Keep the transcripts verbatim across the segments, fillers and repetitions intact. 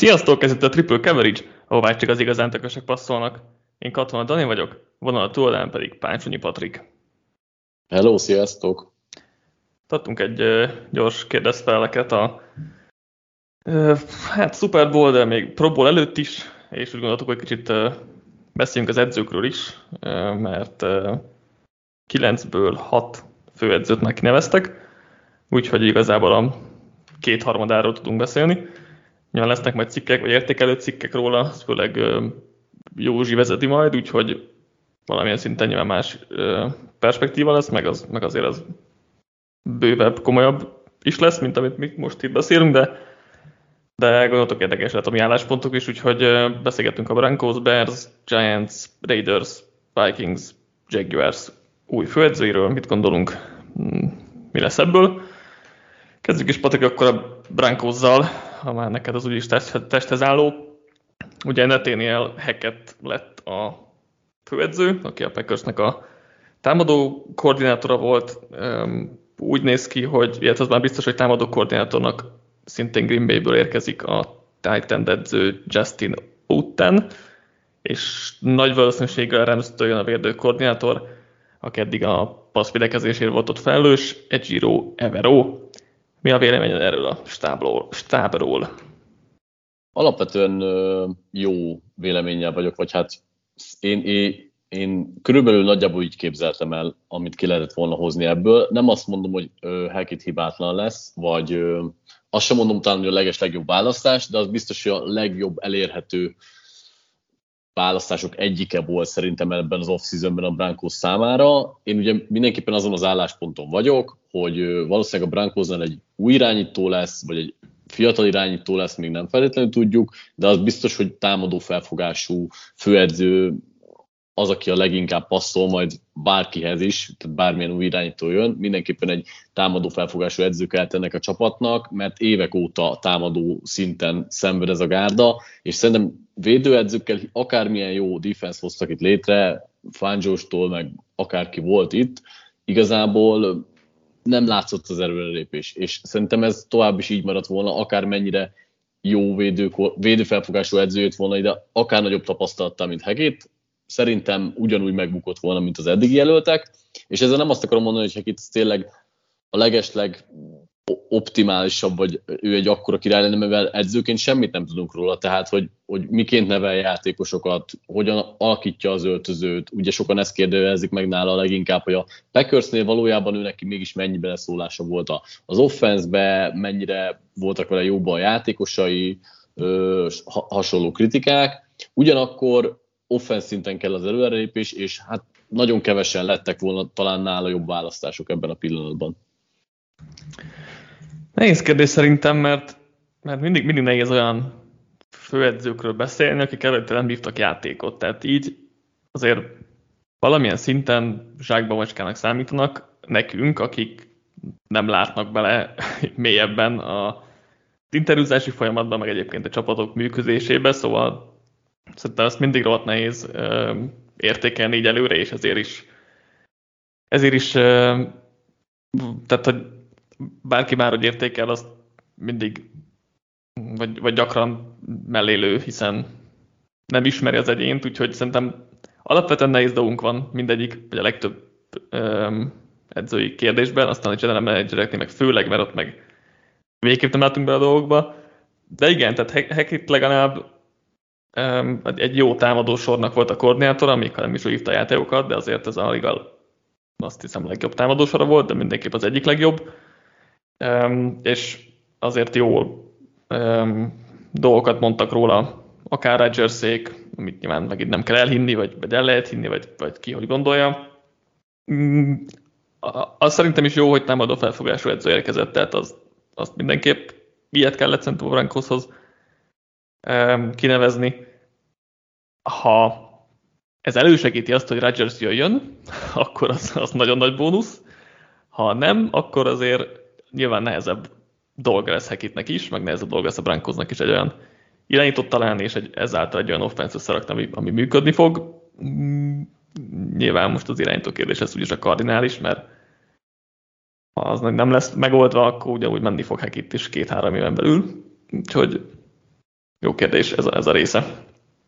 Sziasztok, ez itt a Triple Coverage, ahová csak az igazán tökösek passzolnak. Én Katona Dani vagyok, vonal túloldalán pedig Páncsonyi Patrik. Hello, sziasztok! Tartunk egy uh, gyors kérdezfeleket a uh, hát Super Bowl, de még Pro Bowl előtt is, és úgy gondoltuk, hogy kicsit uh, beszéljünk az edzőkről is, uh, mert uh, kilencből hat főedzőt már kineveztek, úgyhogy igazából a kétharmadáról tudunk beszélni. Nyilván lesznek majd cikkek, vagy értékelő cikkek róla, az főleg uh, Józsi vezeti majd, úgyhogy valamilyen szinten nyilván más uh, perspektíva lesz, meg, az, meg azért az bővebb, komolyabb is lesz, mint amit mi most itt beszélünk, de, de gondoltok érdekes lehet a mi álláspontok is, úgyhogy uh, beszélgetünk a Broncos, Bears, Giants, Raiders, Vikings, Jaguars új főedzőiről, mit gondolunk, mi lesz ebből. Kezdjük is, Patrik, akkor a Broncosszal, ha már neked az úgyis testhez álló. Ugye Nathaniel Hackett lett a főedző, aki a Packersnek a támadó koordinátora volt. Úgy néz ki, hogy illetve az már biztos, hogy támadó koordinátornak szintén Green Bayből érkezik a Titan edző Justin Outen, és nagy valószínűséggel Ramstől jön a védő koordinátor, aki eddig a passzvédekezésért volt ott felelős, Ejiro Evero. Mi a véleményed erről a stábról? stábról? Alapvetően jó véleménnyel vagyok, vagy hát én, én, én körülbelül nagyjából így képzeltem el, amit ki lehetett volna hozni ebből. Nem azt mondom, hogy Hackett hibátlan lesz, vagy azt sem mondom talán, hogy a leges legjobb választás, de az biztos, hogy a legjobb elérhető választások egyike volt szerintem ebben az off-seasonben a Broncos számára. Én ugye mindenképpen azon az állásponton vagyok, hogy valószínűleg a Broncosnál egy új irányító lesz, vagy egy fiatal irányító lesz, még nem feltétlenül tudjuk, de az biztos, hogy támadó felfogású főedző az, aki a leginkább passzol majd bárkihez is, tehát bármilyen új irányító jön, mindenképpen egy támadó felfogású edző kellett ennek a csapatnak, mert évek óta támadó szinten szenved ez a gárda, és szerintem védőedzőkkel akármilyen jó defense hoztak itt létre, Fangio-tól meg akárki volt itt, igazából nem látszott az erőrelépés, és szerintem ez tovább is így maradt volna, akármennyire jó védő, védőfelfogású edző jött volna ide, akár nagyobb tapasztalattal, mint Hackett, szerintem ugyanúgy megbukott volna, mint az eddigi jelöltek, és ezzel nem azt akarom mondani, hogy Hackett tényleg a legesleg optimálisabb, vagy ő egy akkora király lenne, mivel edzőként semmit nem tudunk róla, tehát, hogy, hogy miként nevel játékosokat, hogyan alakítja az öltözőt, ugye sokan ezt kérdezik meg nála leginkább, hogy a Packersnél valójában ő neki mégis mennyi beleszólása volt az offenszbe, mennyire voltak vele jóban a játékosai, ö, hasonló kritikák, ugyanakkor offensz szinten kell az előrelépés, és hát nagyon kevesen lettek volna talán nála jobb választások ebben a pillanatban. Nehéz kérdés szerintem, mert, mert mindig, mindig nehéz olyan főedzőkről beszélni, akik előtte nem bívtak játékot. Tehát így azért valamilyen szinten zsákba macskának számítanak nekünk, akik nem látnak bele mélyebben az interjúzási folyamatban, meg egyébként a csapatok működésébe, szóval szerintem azt mindig rohadt nehéz uh, értékelni így előre, és ezért is ezért is uh, tehát, hogy bárki már, hogy értékel, azt mindig vagy, vagy gyakran mellélő, hiszen nem ismeri az egyént, úgyhogy szerintem alapvetően nehéz dolgunk van mindegyik, vagy a legtöbb um, edzői kérdésben, aztán a general managereknél meg főleg, mert ott meg végképp nem látunk be a dolgokba. De igen, tehát Hackett legalább um, egy jó támadósornak volt a koordinátora, még ha nem is hívta a játékokat, de azért ez a liga azt hiszem legjobb támadósora volt, de mindenképp az egyik legjobb. Um, és azért jó um, dolgokat mondtak róla, akár Rodgersék, amit nyilván megint nem kell elhinni, vagy, vagy el lehet hinni, vagy, vagy ki hogy gondolja. Um, az szerintem is jó, hogy támadó felfogású edző érkezett, tehát az, azt mindenképp ilyet kellett szerintem a Broncoshoz um, kinevezni. Ha ez elősegíti azt, hogy Rodgers jöjjön, akkor az, az nagyon nagy bónusz. Ha nem, akkor azért nyilván nehezebb dolga lesz Hackettnek is, meg nehezebb dolga lesz a Broncosnak is egy olyan irányított találni, és egy, ezáltal egy olyan offense összerakni, ami, ami működni fog. Nyilván most az irányító kérdés ez úgyis a kardinális, mert ha az nem lesz megoldva, akkor ugyanúgy menni fog Hackett is két-három éven belül. Úgyhogy jó kérdés ez a, ez a része.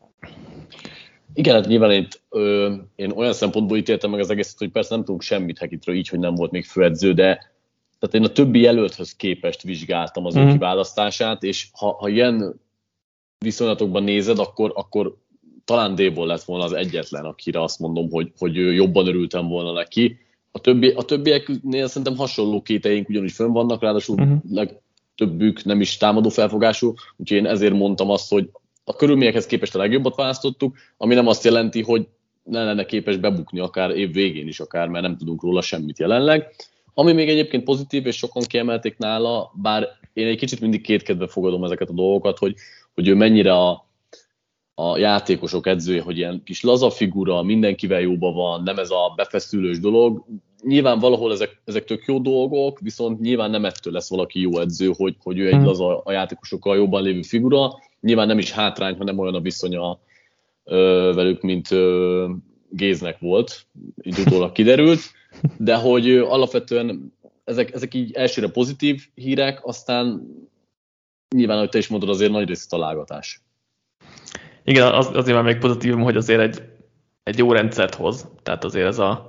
Igen, hát nyilván itt, ö, én olyan szempontból ítéltem meg az egészet, hogy persze nem tudunk semmit Hekitről így, hogy nem volt még főedző, de tehát én a többi jelölthöz képest vizsgáltam az mm. ő kiválasztását, és ha, ha ilyen viszonylatokban nézed, akkor, akkor talán Dable lett volna az egyetlen, akire azt mondom, hogy, hogy jobban örültem volna neki. A, többi, a többieknél szerintem hasonló kételjeink ugyanúgy fönn vannak, ráadásul mm. legtöbbük nem is támadó felfogású, úgyhogy én ezért mondtam azt, hogy a körülményekhez képest a legjobbat választottuk, ami nem azt jelenti, hogy ne lenne képes bebukni akár év végén is akár, mert nem tudunk róla semmit jelenleg. Ami még egyébként pozitív, és sokan kiemelték nála, bár én egy kicsit mindig kétkedve fogadom ezeket a dolgokat, hogy, hogy ő mennyire a, a játékosok edzője, hogy ilyen kis laza figura, mindenkivel jóban van, nem ez a befeszülős dolog. Nyilván valahol ezek, ezek tök jó dolgok, viszont nyilván nem ettől lesz valaki jó edző, hogy, hogy ő egy laza a játékosokkal jobban lévő figura. Nyilván nem is hátrány, hanem olyan a viszonya ö, velük, mint ö, Géznek volt, így utólag kiderült, de hogy ö, alapvetően ezek, ezek így elsőre pozitív hírek, aztán nyilván, ahogy te is mondod, azért nagy rész találgatás. Igen, az, azért már még pozitívum, hogy azért egy, egy jó rendszert hoz, tehát azért ez a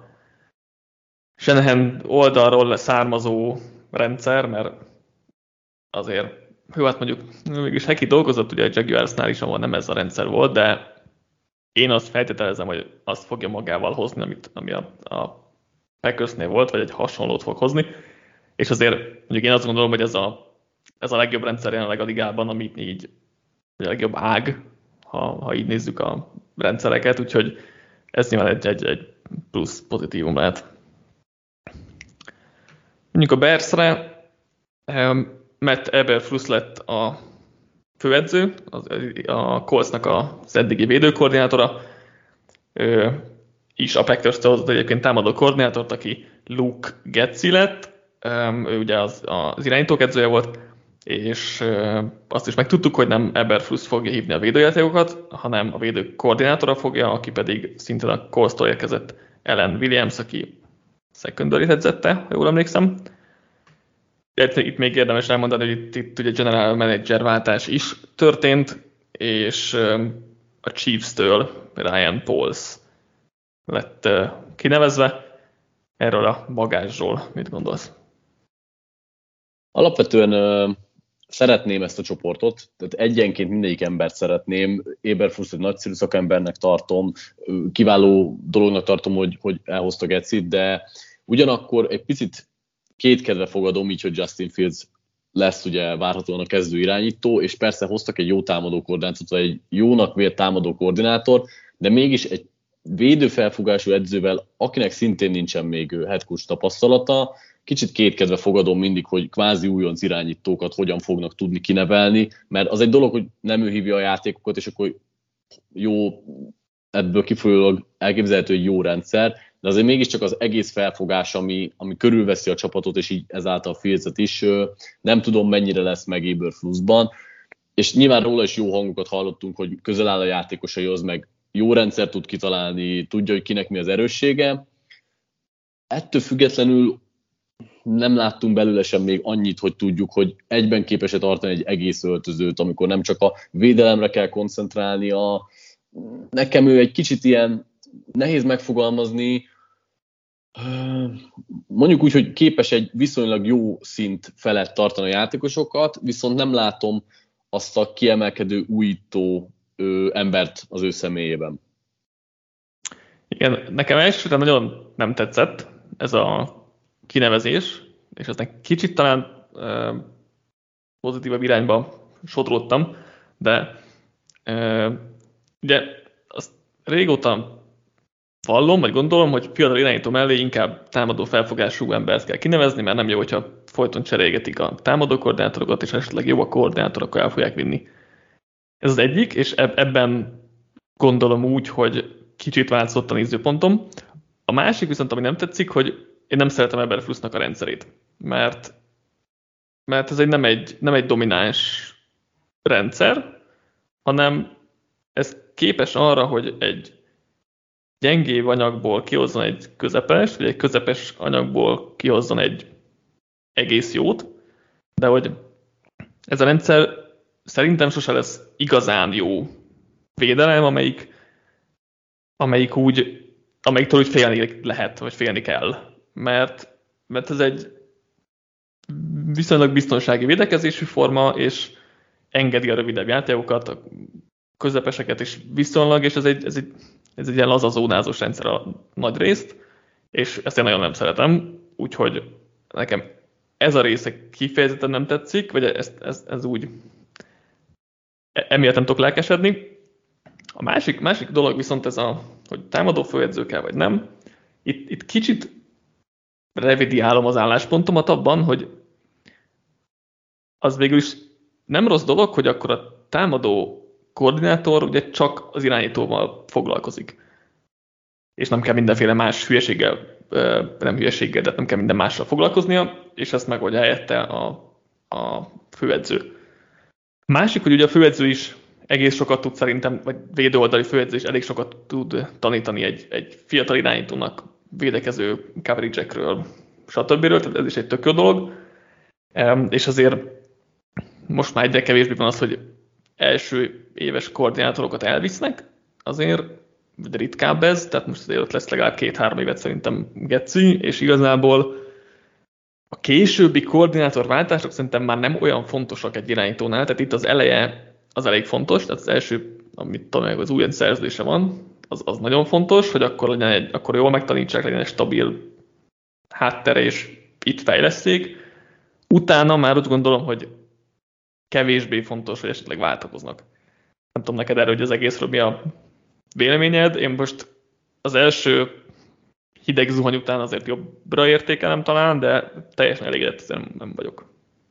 Shanahan oldalról származó rendszer, mert azért jó, hát mondjuk mégis Heki dolgozott ugye a Jaguarsnál is, ahol nem ez a rendszer volt, de én azt feltételezem, hogy azt fogja magával hozni, amit, ami a, a Packersnél volt, vagy egy hasonlót fog hozni. És azért mondjuk én azt gondolom, hogy ez a, ez a legjobb rendszer jelenleg a ligában, amit így a legjobb ág, ha, ha így nézzük a rendszereket, úgyhogy ez nyilván egy, egy, egy plusz pozitívum lehet. Mondjuk a Bearsre Matt Eberflus lett a főedző, a Coltsnak az eddigi védőkoordinátora, ő is a Packers-től hozott egyébként támadó koordinátort, aki Luke Getsy lett, ő ugye az, az irányítók edzője volt, és azt is megtudtuk, hogy nem Eberflus fogja hívni a védőjátékokat, hanem a védő koordinátora fogja, aki pedig szintén a Colts-tól érkezett Alan Williams, aki secondary-t edzette, ha jól emlékszem. Itt még érdemes elmondani, hogy itt, itt ugye general manager váltás is történt, és a Chiefs-től Ryan Pauls lett kinevezve. Erről a bagázsról mit gondolsz? Alapvetően uh, szeretném ezt a csoportot, tehát egyenként mindegyik embert szeretném. Eberflus egy nagyszerű szakembernek tartom, kiváló dolognak tartom, hogy, hogy elhozta Getsyt, de ugyanakkor egy picit kétkedve fogadom, így, hogy Justin Fields lesz ugye várhatóan a kezdő irányító, és persze hoztak egy jó támadó koordinátort, vagy egy jónak vélt támadó koordinátor, de mégis egy védőfelfogású edzővel, akinek szintén nincsen még head coach tapasztalata, kicsit kétkedve fogadom mindig, hogy kvázi újonc irányítókat hogyan fognak tudni kinevelni, mert az egy dolog, hogy nem ő hívja a játékokat, és akkor jó, ebből kifolyólag elképzelhető egy jó rendszer, de azért mégiscsak az egész felfogás, ami, ami körülveszi a csapatot, és így ezáltal a Fieldset is, nem tudom mennyire lesz meg Eberflusban, és nyilván róla is jó hangokat hallottunk, hogy közel áll a játékosaihoz, meg jó rendszer tud kitalálni, tudja, hogy kinek mi az erőssége. Ettől függetlenül nem láttunk belőle sem még annyit, hogy tudjuk, hogy egyben képes-e tartani egy egész öltözőt, amikor nem csak a védelemre kell koncentrálnia. Nekem ő egy kicsit ilyen nehéz megfogalmazni, mondjuk úgy, hogy képes egy viszonylag jó szint felett tartani a játékosokat, viszont nem látom azt a kiemelkedő újító ő, embert az ő személyében. Igen, nekem elsőre nagyon nem tetszett ez a kinevezés, és aztán kicsit talán e, pozitívabb irányba sodródtam, de e, ugye azt régóta vallom, vagy gondolom, hogy fiatal irányító mellé inkább támadó felfogású embert kell kinevezni, mert nem jó, hogyha folyton cserélgetik a támadó koordinátorokat, és esetleg jó a koordinátorokkal el fogják vinni. Ez az egyik, és ebben gondolom úgy, hogy kicsit változott a nézőpontom. A másik viszont, ami nem tetszik, hogy én nem szeretem Eberflusnak a rendszerét, mert, mert ez egy, nem, egy, nem egy domináns rendszer, hanem ez képes arra, hogy egy gyengébb anyagból kihozzon egy közepes, vagy egy közepes anyagból kihozzon egy egész jót, de hogy ez a rendszer szerintem sose lesz igazán jó védelem, amelyik, amelyik úgy, amelyiktől úgy félni lehet, vagy félni kell. Mert, mert ez egy viszonylag biztonsági védekezési forma, és engedi a rövidebb játékokat, a közepeseket is viszonylag, és ez egy, ez egy, ez egy ilyen laza zónázós rendszer a nagy részt, és ezt én nagyon nem szeretem, úgyhogy nekem ez a része kifejezetten nem tetszik, vagy ez, ez, ez úgy emiatt nem tudok lelkesedni. A másik, másik dolog viszont ez a, hogy támadó főedző kell, vagy nem. Itt, itt kicsit revidiálom az álláspontomat abban, hogy az végül is nem rossz dolog, hogy akkor a támadó koordinátor ugye csak az irányítóval foglalkozik. És nem kell mindenféle más hülyeséggel, nem hülyeséggel, de nem kell minden mással foglalkoznia, és ezt megoldja helyette a, a főedző. Másik, hogy ugye a főedző is egész sokat tud szerintem, vagy védőoldali főedző is elég sokat tud tanítani egy, egy fiatal irányítónak védekező coverage-ekről, stb. Tehát ez is egy tök jó dolog. És azért most már egyre kevésbé van az, hogy első éves koordinátorokat elvisznek, azért de ritkább ez, tehát most azért ott lesz legalább két-három évet szerintem Getsy, és igazából a későbbi koordinátorváltások szerintem már nem olyan fontosak egy irányítónál, tehát itt az eleje az elég fontos, tehát az első, amit talán az újonc szerződése van, az, az nagyon fontos, hogy akkor, legyen egy, akkor jól megtanítsák, legyen egy stabil háttere, és itt fejleszték. Utána már úgy gondolom, hogy kevésbé fontos, hogy esetleg váltakoznak. Nem tudom neked erről, hogy az egészről mi a véleményed. Én most az első hideg zuhany után azért jobbra értékelem talán, de teljesen elégedett ezzel nem vagyok.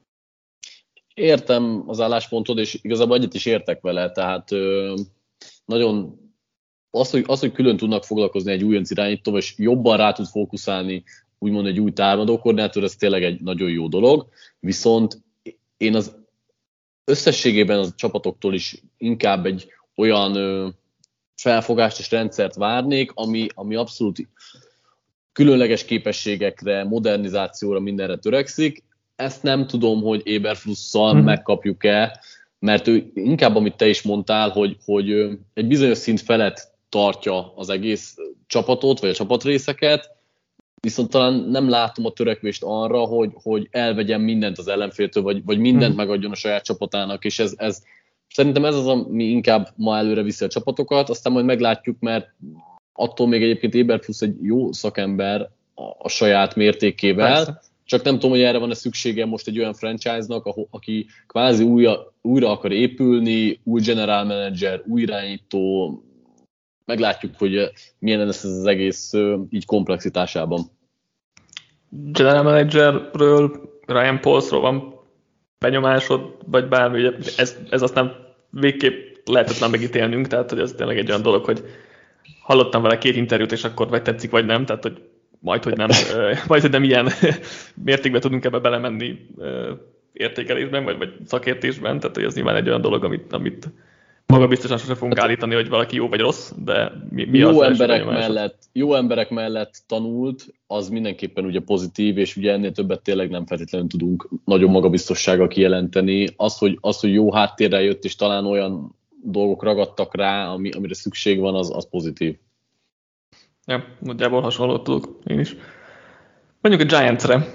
Értem az álláspontod, és igazából egyet is értek vele, tehát ö, nagyon az hogy, az, hogy külön tudnak foglalkozni egy újonc irányítóval, és jobban rá tud fókuszálni úgymond egy új támadó koordinátor, ez tényleg egy nagyon jó dolog, viszont én az összességében a csapatoktól is inkább egy olyan ö, felfogást és rendszert várnék, ami, ami abszolút különleges képességekre, modernizációra, mindenre törekszik. Ezt nem tudom, hogy Eberflusszal hmm. megkapjuk-e, mert ő inkább, amit te is mondtál, hogy, hogy egy bizonyos szint felett tartja az egész csapatot, vagy a csapatrészeket, viszont talán nem látom a törekvést arra, hogy, hogy elvegyen mindent az ellenféltől, vagy, vagy mindent hmm. megadjon a saját csapatának, és ez, ez szerintem ez az, ami inkább ma előre viszi a csapatokat, aztán majd meglátjuk, mert attól még egyébként Eberfluss egy jó szakember a, a saját mértékével, persze. Csak nem tudom, hogy erre van-e szüksége most egy olyan franchise-nak, aki kvázi újra, újra akar épülni, új general manager, új irányító, meglátjuk, hogy milyen lesz ez az egész így komplexitásában. General managerről, Ryan Paulsról van benyomásod, vagy bármi, ez, ez aztán végképp lehetetlen megítélnünk, tehát hogy ez tényleg egy olyan dolog, hogy hallottam vele két interjút, és akkor vagy tetszik, vagy nem, tehát hogy majd, hogy nem, majd, hogy nem ilyen mértékben tudunk ebbe belemenni értékelésben, vagy, vagy szakértésben, tehát hogy ez nyilván egy olyan dolog, amit, amit maga biztosan sosem fogunk állítani, hogy valaki jó vagy rossz, de mi, mi jó az emberek mellett, jó emberek mellett tanult, az mindenképpen ugye pozitív, és ugye ennél többet tényleg nem feltétlenül tudunk nagyon magabiztossággal kijelenteni. Az, hogy, az, hogy jó háttérrel jött, és talán olyan dolgok ragadtak rá, ami, amire szükség van, az, az pozitív. Ja, nagyjából hasonlót tudok én is. Mondjuk a Giantsre.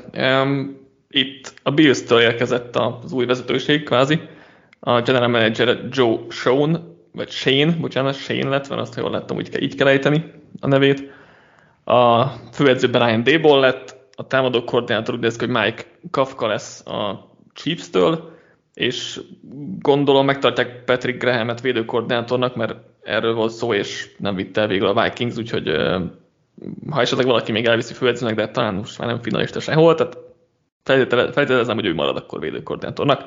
Itt a Bills-től érkezett az új vezetőség, kvázi. A general manager Joe Schoen, vagy Shane, bocsánat, Shane lett, mert azt jól láttam, úgy kell, így kell ejteni a nevét. A főedző Brian Daboll lett, a támadó koordinátor úgy néz ki, hogy Mike Kafka lesz a Chiefs-től, és gondolom megtartják Patrick Grahamet védőkoordinátornak, mert erről volt szó, és nem vitte el végül a Vikings, úgyhogy ha esetleg valaki még elviszi főedzőnek, de talán most már nem finalista sehol, tehát feltételezem, hogy ő marad akkor védőkoordinátornak.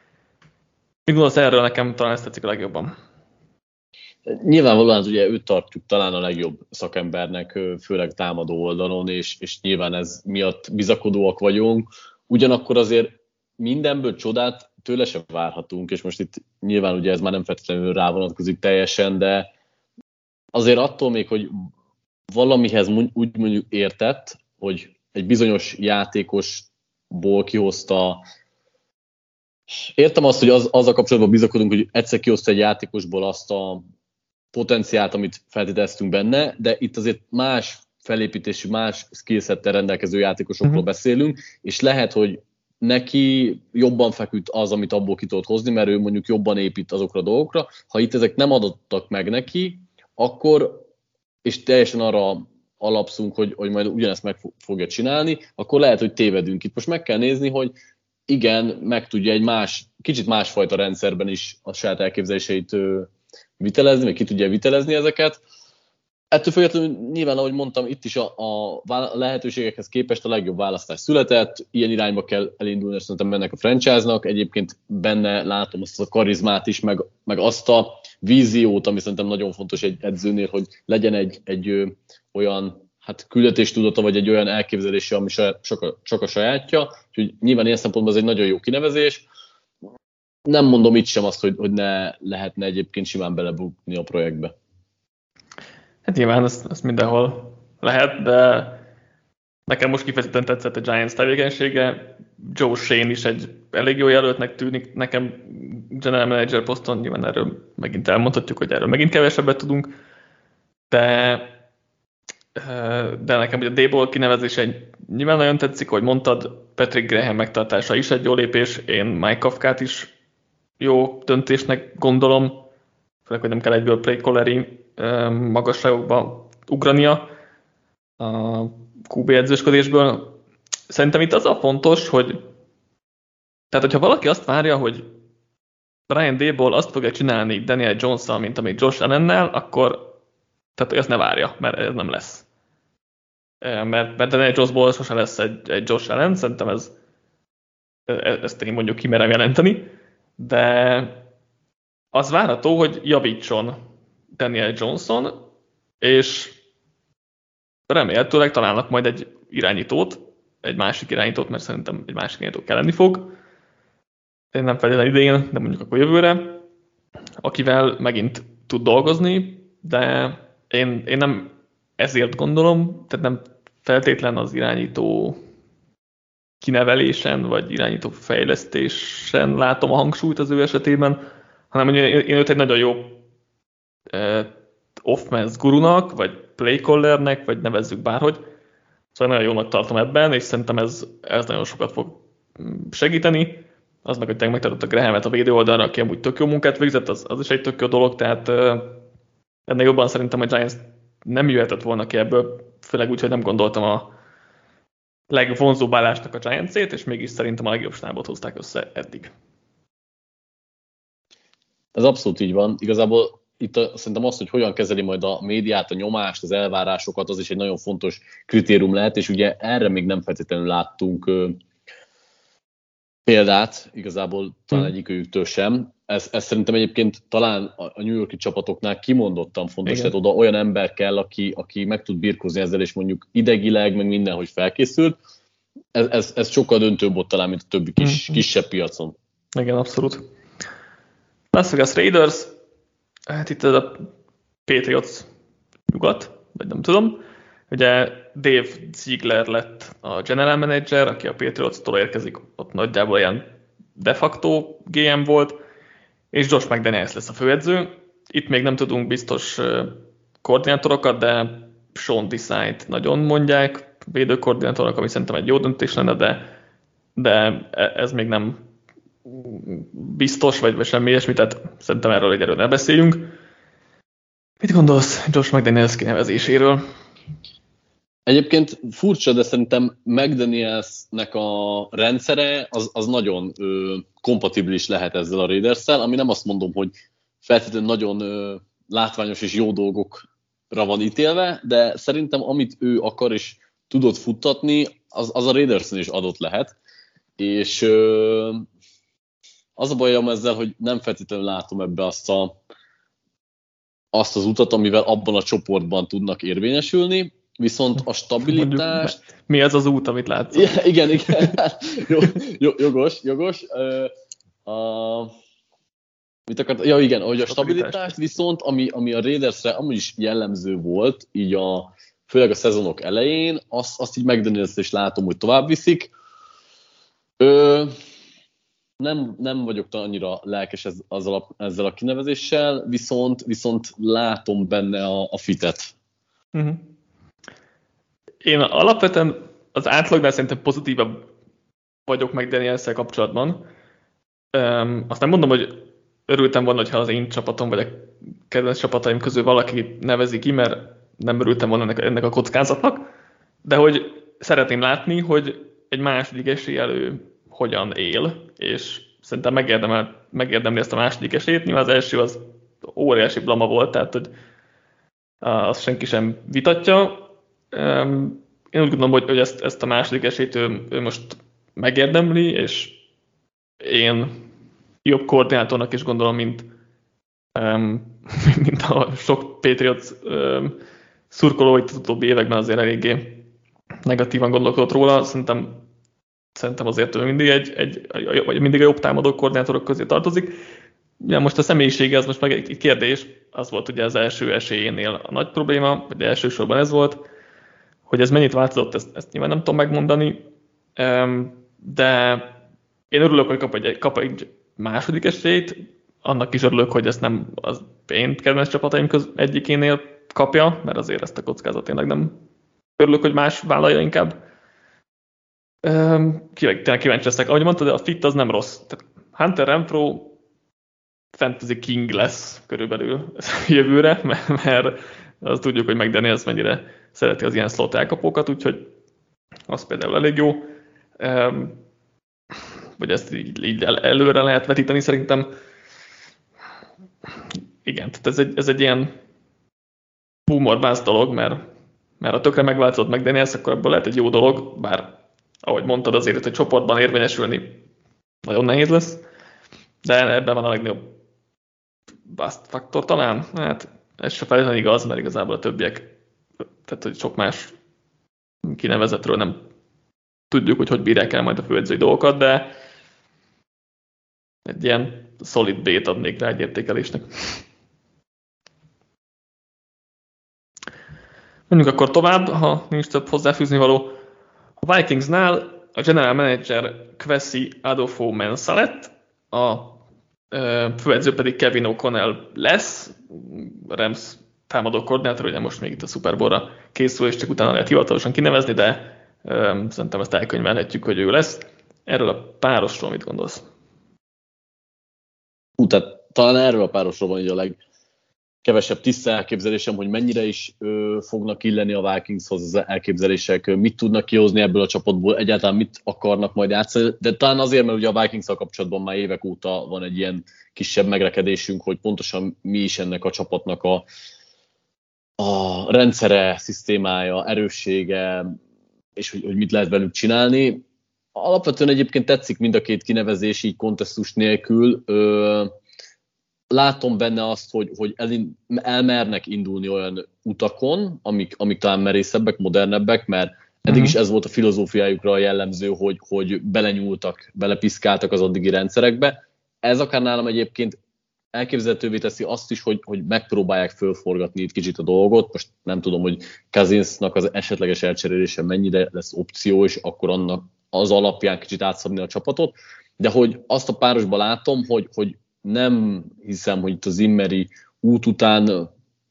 Mit gondolsz erről? Nekem talán ezt tetszik a legjobban. Nyilvánvalóan ugye őt tartjuk talán a legjobb szakembernek, főleg támadó oldalon, és, és nyilván ez miatt bizakodóak vagyunk. Ugyanakkor azért mindenből csodát tőle sem várhatunk, és most itt nyilván ugye ez már nem feltétlenül rá vonatkozik teljesen, de azért attól még, hogy valamihez úgy mondjuk értett, hogy egy bizonyos játékosból kihozta Értem azt, hogy az, azzal kapcsolatban bizakodunk, hogy egyszer kioszta egy játékosból azt a potenciált, amit feltételeztünk benne, de itt azért más felépítésű, más skillsettel rendelkező játékosokról uh-huh. beszélünk, és lehet, hogy neki jobban feküdt az, amit abból ki tudott hozni, mert ő mondjuk jobban épít azokra a dolgokra. Ha itt ezek nem adottak meg neki, akkor, és teljesen arra alapszunk, hogy, hogy majd ugyanezt meg fogja csinálni, akkor lehet, hogy tévedünk itt. Most meg kell nézni, hogy igen, meg tudja egy más, kicsit másfajta rendszerben is a saját elképzeléseit vitelezni, vagy ki tudja vitelezni ezeket. Ettől függetlenül nyilván, ahogy mondtam, itt is a, a lehetőségekhez képest a legjobb választás született, ilyen irányba kell elindulni, és szerintem ennek a franchise-nak. Egyébként benne látom azt a karizmát is, meg, meg azt a víziót, ami szerintem nagyon fontos egy edzőnél, hogy legyen egy, egy ö, olyan hát küldetéstudata, vagy egy olyan elképzelése, ami saját, csak, a, csak a sajátja. Úgyhogy nyilván ilyen szempontból ez egy nagyon jó kinevezés. Nem mondom itt sem azt, hogy, hogy ne lehetne egyébként simán belebukni a projektbe. Hát nyilván ez, ez mindenhol lehet, de nekem most kifejezetten tetszett a Giants tevékenysége. Joe Shane is egy elég jó jelöltnek tűnik. Nekem general manager poszton nyilván erről megint elmondhatjuk, hogy erről megint kevesebbet tudunk, de, de nekem ugye a Daboll kinevezése nyilván nagyon tetszik, hogy mondtad, Patrick Graham megtartása is egy jó lépés, én Mike Kafkát is jó döntésnek gondolom, főleg, hogy nem kell egyből play calleri magasságokba ugrania a kú bé edzősködésből. Szerintem itt az a fontos, hogy tehát, hogyha valaki azt várja, hogy Brian Daboll azt fogja csinálni Daniel Jones-szal, mint amit Josh Allen-nel, akkor tehát ezt ne várja, mert ez nem lesz. Mert, mert Daniel Jonesból sosem lesz egy, egy Josh Allen, szerintem ez, ezt én mondjuk ki merem jelenteni, de az várható, hogy javítson Daniel Johnson, és remélhetőleg találnak majd egy irányítót, egy másik irányítót, mert szerintem egy másik irányító kelleni fog. Én nem feltétlenül idején, de mondjuk akkor jövőre, akivel megint tud dolgozni, de én, én nem ezért gondolom, tehát nem feltétlen az irányító kinevelésen, vagy irányító fejlesztésen látom a hangsúlyt az ő esetében, hanem én őt egy nagyon jó eh, offense gurunak, vagy playcallernek, vagy nevezzük bárhogy. Szóval nagyon jónak tartom ebben, és szerintem ez, ez nagyon sokat fog segíteni. Az meg, hogy tényleg megtartott a Grahamet a védő oldalra, aki amúgy tök jó munkát végzett, az, az is egy tök jó dolog, tehát eh, ennél jobban szerintem a Giants nem jöhetett volna ki ebből, főleg úgy, hogy nem gondoltam a legvonzóbb állásnak a Giants-ét, és mégis szerintem a legjobb stábot hozták össze eddig. Ez abszolút így van. Igazából itt a, szerintem az, hogy hogyan kezeli majd a médiát, a nyomást, az elvárásokat, az is egy nagyon fontos kritérium lehet, és ugye erre még nem feltétlenül láttunk ö, példát, igazából talán hmm. egyikőjüktől sem. Ez, ez szerintem egyébként talán a New York-i csapatoknál kimondottan fontos, igen. Tehát oda olyan ember kell, aki, aki meg tud birkózni ezzel, és mondjuk idegileg, meg mindenhogy felkészült. Ez, ez, ez sokkal döntőbb ott talán, mint a többi kis, hmm. kisebb piacon. Igen, abszolút. Las Vegas Raiders, hát itt ez a Patriots nyugat, vagy nem tudom. Ugye Dave Ziegler lett a general manager, aki a Patriots-tól érkezik, ott nagyjából ilyen de facto gé em volt, és Josh McDaniels lesz a főedző. Itt még nem tudunk biztos koordinátorokat, de Sean Desai-t nagyon mondják védőkoordinátornak, ami szerintem egy jó döntés lenne, de, de ez még nem biztos, vagy, vagy semmi ilyesmi, tehát szerintem erről egy erről ne beszéljünk. Mit gondolsz Josh McDaniels kinevezéséről? Egyébként furcsa, de szerintem McDanielsnek a rendszere az, az nagyon ö, kompatibilis lehet ezzel a Raiders-szel, ami nem azt mondom, hogy feltétlenül nagyon ö, látványos és jó dolgokra van ítélve, de szerintem amit ő akar és tudott futtatni, az, az a Raidersen is adott lehet. És ö, az a bajom ezzel, hogy nem feltétlenül látom ebbe azt, a, azt az utat, amivel abban a csoportban tudnak érvényesülni, viszont a stabilitás... Mondjuk, mi az az út, amit látsz? Ja, igen, igen. jogos, jogos. A... Mit akart? Ja, igen, hogy a stabilitást viszont, ami, ami a Raidersre amúgy is jellemző volt, így a, főleg a szezonok elején, azt, azt így McDaniels is látom, hogy tovább viszik. Ö, Nem, nem vagyok annyira lelkes ez, azzal a, ezzel a kinevezéssel, viszont, viszont látom benne a, a fitet. Uh-huh. Én alapvetően az átlagnál szerintem pozitívabb vagyok meg Daniels-szel kapcsolatban. Um, azt nem mondom, hogy örültem volna, hogyha az én csapatom, vagy a kedvenc csapataim közül valaki nevezi ki, mert nem örültem volna ennek, ennek a kockázatnak, de hogy szeretném látni, hogy egy második esélyelő hogyan él, és szerintem megérdemel, megérdemli ezt a második esélyt. Nyilván az első az óriási blama volt, tehát hogy azt senki sem vitatja. Én úgy gondolom, hogy, hogy ezt, ezt a második esélyt ő, ő most megérdemli, és én jobb koordinátornak is gondolom, mint, mint a sok Patriots szurkoló itt az utóbbi években azért eléggé negatívan gondolkodott róla. Szerintem, szerintem azért ő mindig egy, egy, vagy mindig a jobb támadó koordinátorok közé tartozik. Ja, most a személyisége az most meg egy kérdés, az volt ugye az első esélyénél a nagy probléma, vagy elsősorban ez volt, hogy ez mennyit változott, ezt, ezt nyilván nem tudom megmondani, de én örülök, hogy kap egy, kap egy második esélyt, annak is örülök, hogy ezt nem az én kedvenc csapataim köz egyikénél kapja, mert azért ezt a kockázat tényleg nem örülök, hogy más vállalja inkább. Tényleg kíváncsi leszek. Ahogy mondtad, a fit az nem rossz. Tehát Hunter Renfrow fantasy king lesz körülbelül jövőre, mert, mert azt tudjuk, hogy McDaniels mennyire szereti az ilyen slot elkapókat, úgyhogy az például elég jó. Vagy ezt így, így előre lehet vetíteni szerintem. Igen, tehát ez egy, ez egy ilyen boom or bust dolog, mert, mert ha tökre megváltozott McDaniels, akkor abból lehet egy jó dolog, bár ahogy mondtad, azért egy csoportban érvényesülni nagyon nehéz lesz, de ebben van a legnagyobb bust faktor talán. Hát ez se feltétlenül igaz, mert igazából a többiek, tehát hogy sok más kinevezetről nem tudjuk, hogy hogy bírják el majd a főedzői dolgokat, de egy ilyen solid B-t adnék rá egy értékelésnek. Menjünk akkor tovább, ha nincs több hozzáfűzni való. A Vikingsnál a general manager Kwesi Adofo-Mensah lett, a főedző pedig Kevin O'Connell lesz, Rams támadó koordinátor, ugye most még itt a Super Bowl-ra készül, és csak utána lehet hivatalosan kinevezni, de um, szerintem ezt elkönyvelhetjük, hogy ő lesz. Erről a párosról mit gondolsz? Hú, tehát talán erről a párosról van így a legkevesebb tiszta elképzelésem, hogy mennyire is ö, fognak illeni a Vikingshoz az elképzelések, mit tudnak kihozni ebből a csapatból, egyáltalán mit akarnak majd játszani, de talán azért, mert ugye a Vikings-szal kapcsolatban már évek óta van egy ilyen kisebb megrekedésünk, hogy pontosan mi is ennek a csapatnak a, a rendszere, szisztémája, erőssége, és hogy, hogy mit lehet velük csinálni. Alapvetően egyébként tetszik mind a két kinevezés így kontextus nélkül. Ö, látom benne azt, hogy, hogy el, elmernek indulni olyan utakon, amik, amik talán merészebbek, modernebbek, mert eddig is ez volt a filozófiájukra jellemző, hogy, hogy belenyúltak, belepiszkáltak az addigi rendszerekbe. Ez akár nálam egyébként elképzelhetővé teszi azt is, hogy, hogy megpróbálják fölforgatni itt kicsit a dolgot. Most nem tudom, hogy Cousinsnak az esetleges elcserélése mennyire lesz opció, és akkor annak az alapján kicsit átszabni a csapatot, de hogy azt a párosban látom, hogy, hogy nem hiszem, hogy itt az Zimmeri út után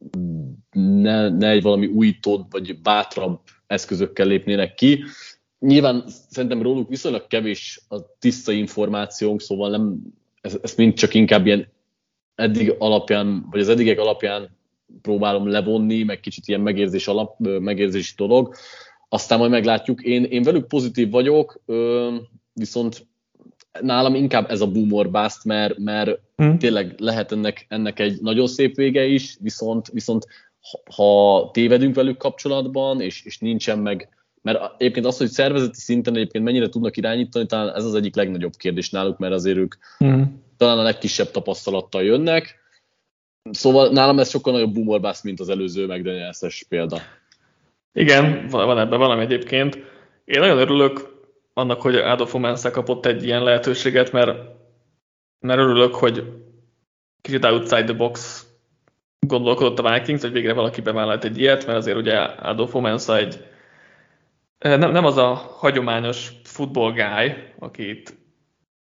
ne, ne egy valami újító vagy bátrabb eszközökkel lépnének ki. Nyilván szerintem róluk viszonylag kevés a tiszta információnk, szóval nem, ez, ez mind csak inkább ilyen eddig alapján, vagy az eddigek alapján próbálom levonni, meg kicsit ilyen megérzés alap, megérzési dolog. Aztán majd meglátjuk. Én, én velük pozitív vagyok, viszont nálam inkább ez a boom or bust, mert, mert hmm. tényleg lehet ennek, ennek egy nagyon szép vége is, viszont, viszont ha tévedünk velük kapcsolatban, és, és nincsen meg, mert egyébként az, hogy szervezeti szinten egyébként mennyire tudnak irányítani, talán ez az egyik legnagyobb kérdés náluk, mert azért ők hmm. talán a legkisebb tapasztalattal jönnek. Szóval nálam ez sokkal nagyobb boom or bust, mint az előző McDaniels-es példa. Igen, van ebben valami egyébként. Én nagyon örülök annak, hogy Adofo-Mensah kapott egy ilyen lehetőséget, mert, mert örülök, hogy kicsit outside the box gondolkodott a Vikings, hogy végre valaki bevállalt egy ilyet, mert azért ugye Adofo-Mensah egy nem, nem az a hagyományos football guy, akit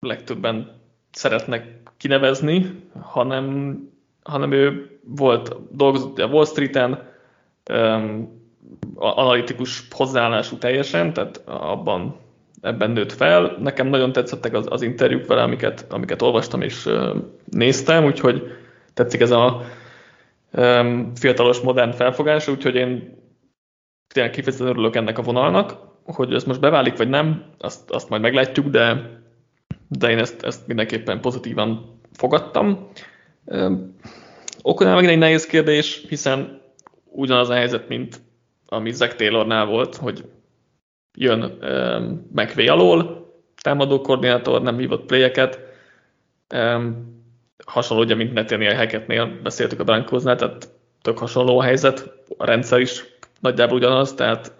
legtöbben szeretnek kinevezni, hanem, hanem ő volt, dolgozott a Wall Streeten, um, analitikus hozzáállású teljesen, tehát abban ebben nőtt fel. Nekem nagyon tetszettek az, az interjúk vele, amiket, amiket olvastam és uh, néztem, úgyhogy tetszik ez a um, fiatalos, modern felfogás, úgyhogy én tényleg kifejezetten örülök ennek a vonalnak, hogy ez most beválik vagy nem, azt, azt majd meglátjuk, de, de én ezt, ezt mindenképpen pozitívan fogadtam. Um, O'Connell megint egy nehéz kérdés, hiszen ugyanaz a helyzet, mint ami Zac Taylornál volt, hogy jön um, McVay alól, támadó koordinátor, nem hívott playeket, um, hasonló, ugye, mint Nathaniel Hackettnél beszéltük a Broncosnál, tehát tök hasonló a helyzet, a rendszer is nagyjából ugyanaz, tehát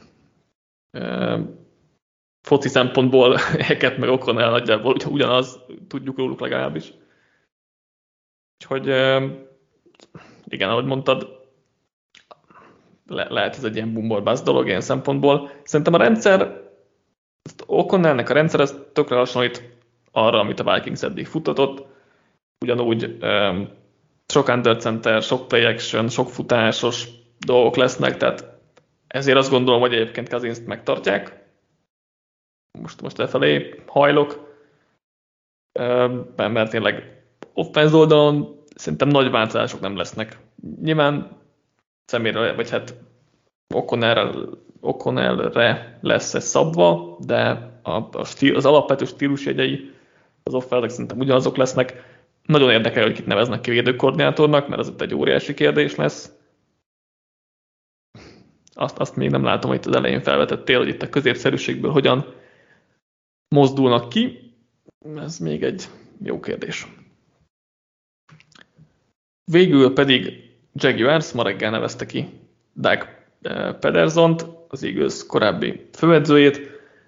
um, foci szempontból Hackett meg O'Connell nagyjából ugyanaz, tudjuk róluk legalábbis. Úgyhogy um, igen, ahogy mondtad, Le- lehet ez egy ilyen bumborbász dolog ilyen szempontból. Szerintem a rendszer, O'Connellnek a rendszer, ez tökre hasonlít arra, amit a Vikings eddig futtatott. Ugyanúgy um, sok under center, sok play action, sok futásos dolgok lesznek, tehát ezért azt gondolom, hogy egyébként Cousinst megtartják. Most, most lefelé hajlok, um, mert tényleg offense oldalon szerintem nagy változások nem lesznek. Nyilván személyre, vagy hát O'Connellre lesz ez szabva, de a, a stíl, az alapvető stílusjegyei az offense szerintem ugyanazok lesznek. Nagyon érdekel, hogy kit neveznek ki védőkoordinátornak, mert az itt egy óriási kérdés lesz. Azt, azt még nem látom, hogy itt az elején felvetettél, hogy itt a középszerűségből hogyan mozdulnak ki. Ez még egy jó kérdés. Végül pedig Jaguars ma reggel nevezte ki Doug Pedersont, az Eagles korábbi főedzőjét.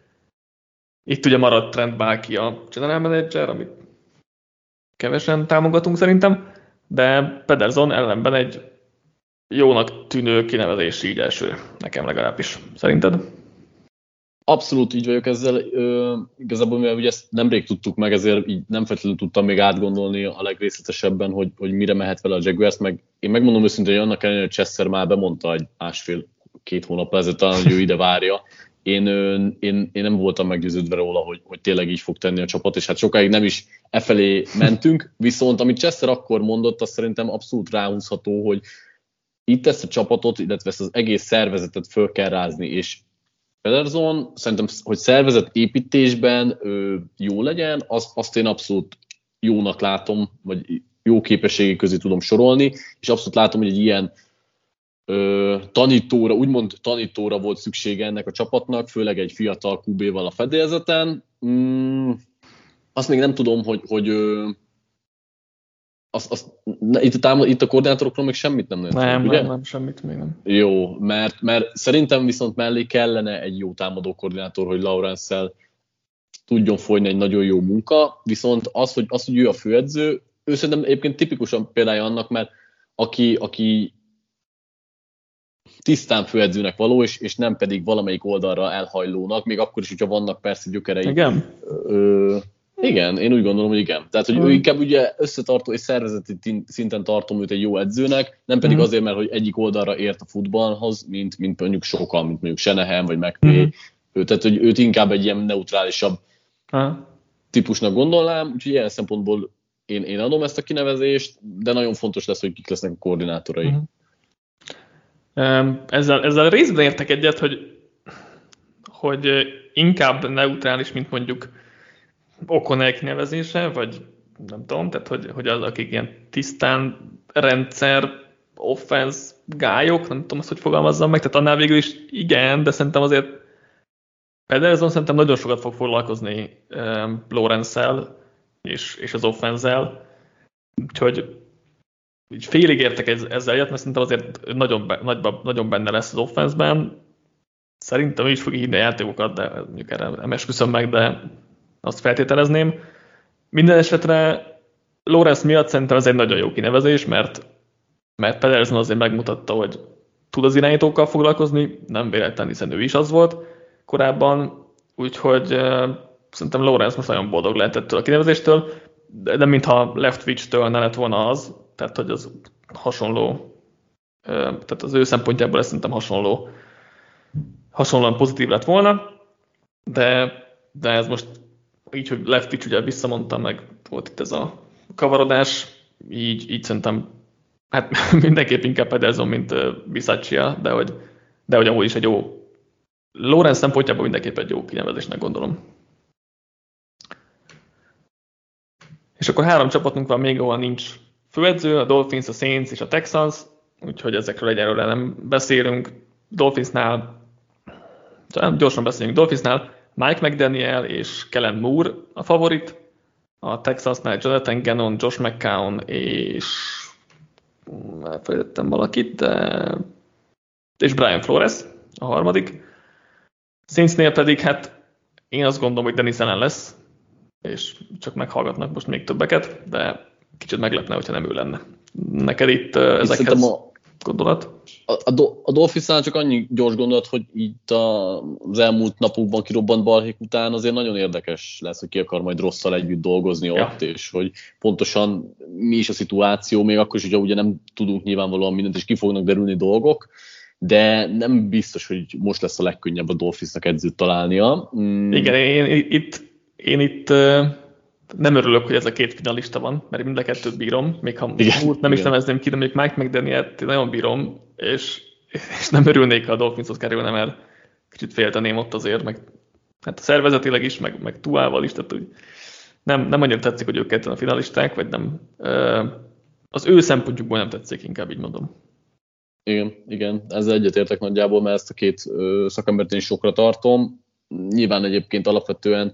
Itt ugye maradt Trent Baalke a general manager, amit kevesen támogatunk szerintem, de Pederson ellenben egy jónak tűnő kinevezés így első, nekem legalábbis. Szerinted? Abszolút így vagyok ezzel. Ö, igazából, mivel ugye ezt nemrég tudtuk meg, ezért így nem feltétlenül tudtam még átgondolni a legrészletesebben, hogy, hogy mire mehet vele a Jaguars, meg én megmondom őszintén, hogy annak ellenére, hogy Chester már bemondta egy másfél-két hónap ezelőtt talán, hogy ő ide várja. Én, én, én nem voltam meggyőződve róla, hogy, hogy tényleg így fog tenni a csapat, és hát sokáig nem is e felé mentünk, viszont amit Chester akkor mondott, az szerintem abszolút ráhúzható, hogy itt ezt a csapatot, illetve ezt az egész szervezetet föl kell rázni, és Pederson szerintem, hogy szervezet építésben ő, jó legyen, az, azt én abszolút jónak látom, vagy jó képességek közé tudom sorolni, és abszolút látom, hogy egy ilyen ö, tanítóra, úgymond tanítóra volt szüksége ennek a csapatnak, főleg egy fiatal kú béval a fedélzeten. Mm, azt még nem tudom, hogy, hogy ö, azt, azt, itt, a támad, itt a koordinátorokról még semmit nem nagyon Nem, tudjuk, nem, nem, semmit még nem. Jó, mert, mert szerintem viszont mellé kellene egy jó támadó koordinátor, hogy Lawrence-szel tudjon folyni egy nagyon jó munka, viszont az, hogy, az, hogy ő a főedző, ő szerintem egyébként tipikusan példája annak, mert aki, aki tisztán főedzőnek való, és, és nem pedig valamelyik oldalra elhajlónak, még akkor is, hogyha vannak persze gyökerei. Igen? Ö, igen, én úgy gondolom, hogy igen. Tehát, hogy ő inkább ugye összetartó és szervezeti szinten tartom őt egy jó edzőnek, nem pedig mm. azért, mert hogy egyik oldalra ért a futballhoz, mint, mint mondjuk sokan, mint mondjuk Shanahan vagy McVay. Mm. Ő, tehát, hogy őt inkább egy ilyen neutrálisabb ha. típusnak gondolnám, úgyhogy ilyen szempontból én, én adom ezt a kinevezést, de nagyon fontos lesz, hogy kik lesznek a koordinátorai. Mm. Ezzel, ezzel részben értek egyet, hogy, hogy inkább neutrális, mint mondjuk O'Connell kinevezése, vagy nem tudom, tehát hogy, hogy az, akik ilyen tisztán rendszer, offense gályok, nem tudom azt, hogy fogalmazzam meg, tehát annál végül is igen, de szerintem azért Pederson szerintem nagyon sokat fog foglalkozni um, Lawrence-szel és, és az offense-zel, úgyhogy így félig értek ezzel egyet, mert szerintem azért nagyon, be, nagyba, nagyon benne lesz az offense-ben. Szerintem ő is fog hívni a játékokat, de mondjuk erre nem esküszöm meg, de azt feltételezném. Minden esetre Lawrence miatt szerintem ez egy nagyon jó kinevezés, mert, mert Pederson azért megmutatta, hogy tud az irányítókkal foglalkozni, nem véletlen, hiszen ő is az volt korábban, úgyhogy szerintem Lawrence most nagyon boldog lehetett ettől a kinevezéstől, de, de mintha Leftwich-től ne lett volna az, tehát hogy az hasonló, tehát az ő szempontjából ez szerintem hasonló, hasonlóan pozitív lett volna, de, de ez most így, hogy Leftwich ugye visszamondta, meg volt itt ez a kavarodás, így, így szerintem hát mindenképp inkább Pederson, mint Bisaccia, de hogy, de hogy amúgy is egy jó, Lawrence szempontjából mindenképp egy jó kinevezésnek gondolom. És akkor három csapatunk van még, ahol nincs főedző, a Dolphins, a Saints és a Texans, úgyhogy ezekről egyelőre nem beszélünk. Dolphinsnál, gyorsan beszéljünk, Dolphinsnál Mike McDaniel és Kellen Moore a favorit, a Texansnál Jonathan Gannon, Josh McCown és elfelejtettem valakit, de és Brian Flores a harmadik. Saintsnél pedig hát én azt gondolom, hogy Dennis Allen lesz, és csak meghallgatnak most még többeket, de kicsit meglepne, hogyha nem ő lenne. Neked itt uh, ezekhez a, gondolat? A, a, do, a Dolphinsnál csak annyi gyors gondolat, hogy itt az elmúlt napokban kirobbant balhék után azért nagyon érdekes lesz, hogy ki akar majd Rosszal együtt dolgozni ja. ott, és hogy pontosan mi is a szituáció, még akkor is, hogyha ugye nem tudunk nyilvánvalóan mindent, és ki fognak derülni dolgok, de nem biztos, hogy most lesz a legkönnyebb a Dolphinsnak edzőt találnia. Mm. Igen, én, én itt, én itt uh, nem örülök, hogy ez a két finalista van, mert mind a kettőt bírom, még ha igen, múlt nem igen. is nevezném ki, de még Mike McDaniel-t nagyon bírom, és, és nem örülnék, ha a Dolphinshoz kerülne, mert kicsit félteném ott azért, meg hát szervezetileg is, meg, meg Tuával is, tehát úgy nem, nem annyira tetszik, hogy ők ketten a finalisták, vagy nem. Uh, az ő szempontjukból nem tetszik, inkább így mondom. Igen, igen, ezzel egyetértek nagyjából, mert ezt a két ö, szakembert én sokra tartom. Nyilván egyébként alapvetően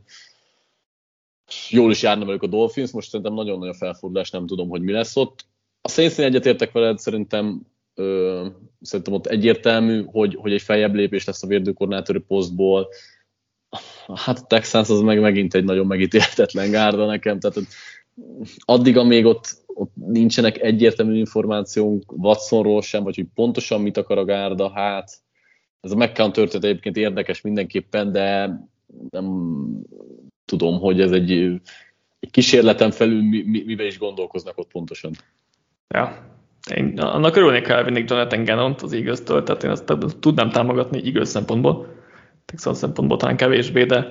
jól is járna velük a Dolphins, most szerintem nagyon nagy a felfordulás, nem tudom, hogy mi lesz ott. A Saintsnél egyetértek veled, szerintem, ö, szerintem ott egyértelmű, hogy, hogy egy feljebb lépés lesz a védőkoordinátori posztból. Hát a Texans az meg megint egy nagyon megítélhetetlen gárda nekem, tehát addig, amíg ott, ott nincsenek egyértelmű információnk Watsonról sem, vagy hogy pontosan mit akar a gárda, hát ez a McCown történet egyébként érdekes mindenképpen, de nem tudom, hogy ez egy, egy kísérleten felül mi, mi, mivel is gondolkoznak ott pontosan. Ja, én annak örülnék, ha elvinnék Jonathan Gannont az Eagles-től, tehát én azt tudnám támogatni Eagles szempontból, Texans szempontból talán kevésbé, de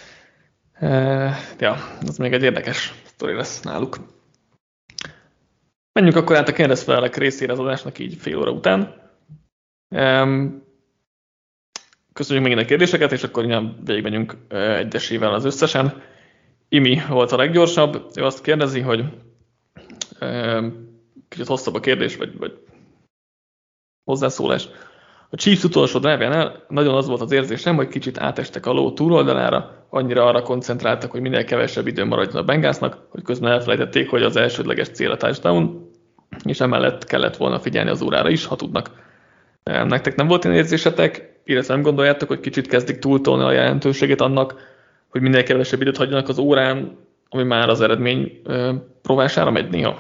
uh, ja, ez még egy érdekes sztori lesz náluk. Menjünk akkor át a kérdezfelelek részére az adásnak így fél óra után. Um, Köszönjük megint a kérdéseket, és akkor innen végigmegyünk egyesével az összesen. Imi volt a leggyorsabb, ő azt kérdezi, hogy kicsit hosszabb a kérdés, vagy, vagy hozzászólás. A Chiefs utolsó drive-jánál nagyon az volt az érzésem, hogy kicsit átestek a ló túloldalára, annyira arra koncentráltak, hogy minél kevesebb idő maradjon a Bengalsnak, hogy közben elfelejtették, hogy az elsődleges cél a touchdown, és emellett kellett volna figyelni az órára is, ha tudnak. Nektek nem volt ilyen érzésetek, illetve nem gondoljátok, hogy kicsit kezdik túltolni a jelentőségét annak, hogy minél kevesebb időt hagyjanak az órán, ami már az eredmény próbására megy néha?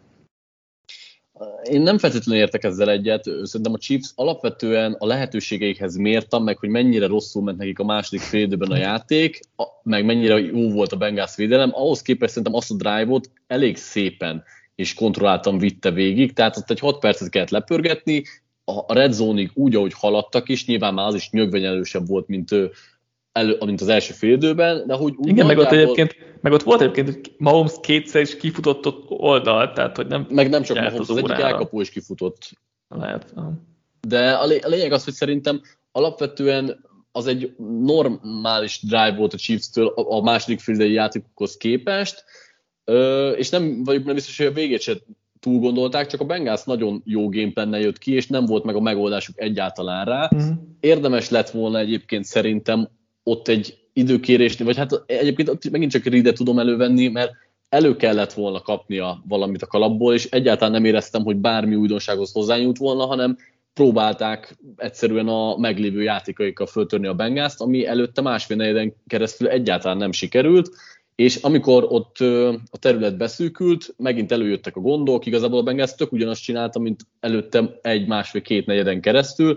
Én nem feltétlenül értek ezzel egyet. Szerintem a Chiefs alapvetően a lehetőségeikhez mértem, meg hogy mennyire rosszul ment nekik a második fél időben a játék, meg mennyire jó volt a Bengals védelem. Ahhoz képest szerintem azt a drive-ot elég szépen és kontrolláltan vitte végig, tehát ott egy hat percet kellett lepörgetni, a red zone-ig úgy, ahogy haladtak is, nyilván már az is nyögvenyelősebb volt, mint, elő, mint az első fél időben, de hogy úgy igen, meg ott, egyébként, meg ott volt egyébként, hogy Mahomes kétszer is kifutott ott oldalt, tehát hogy nem... Meg nem csak Mahomes, az, az egyik elkapó is kifutott. Lehet. De a, lé- a lényeg az, hogy szerintem alapvetően az egy normális drive volt a Chiefs-től a, a második fél idei játékokhoz képest, Ö, és nem vagyok nem biztos, hogy a végét sem túl gondolták, csak a Bengals nagyon jó gameplannel jött ki, és nem volt meg a megoldásuk egyáltalán rá. Mm. Érdemes lett volna egyébként szerintem ott egy időkérésnél, vagy hát egyébként ott megint csak Reedet tudom elővenni, mert elő kellett volna kapnia valamit a kalapból, és egyáltalán nem éreztem, hogy bármi újdonsághoz hozzányúlt volna, hanem próbálták egyszerűen a meglévő játékaikkal föltörni a Bengalst, ami előtte másfél negyeden keresztül egyáltalán nem sikerült, és amikor ott a terület beszűkült, megint előjöttek a gondok, igazából a Bengals tök ugyanazt csinálta, mint előtte egy, másfél, két negyeden keresztül,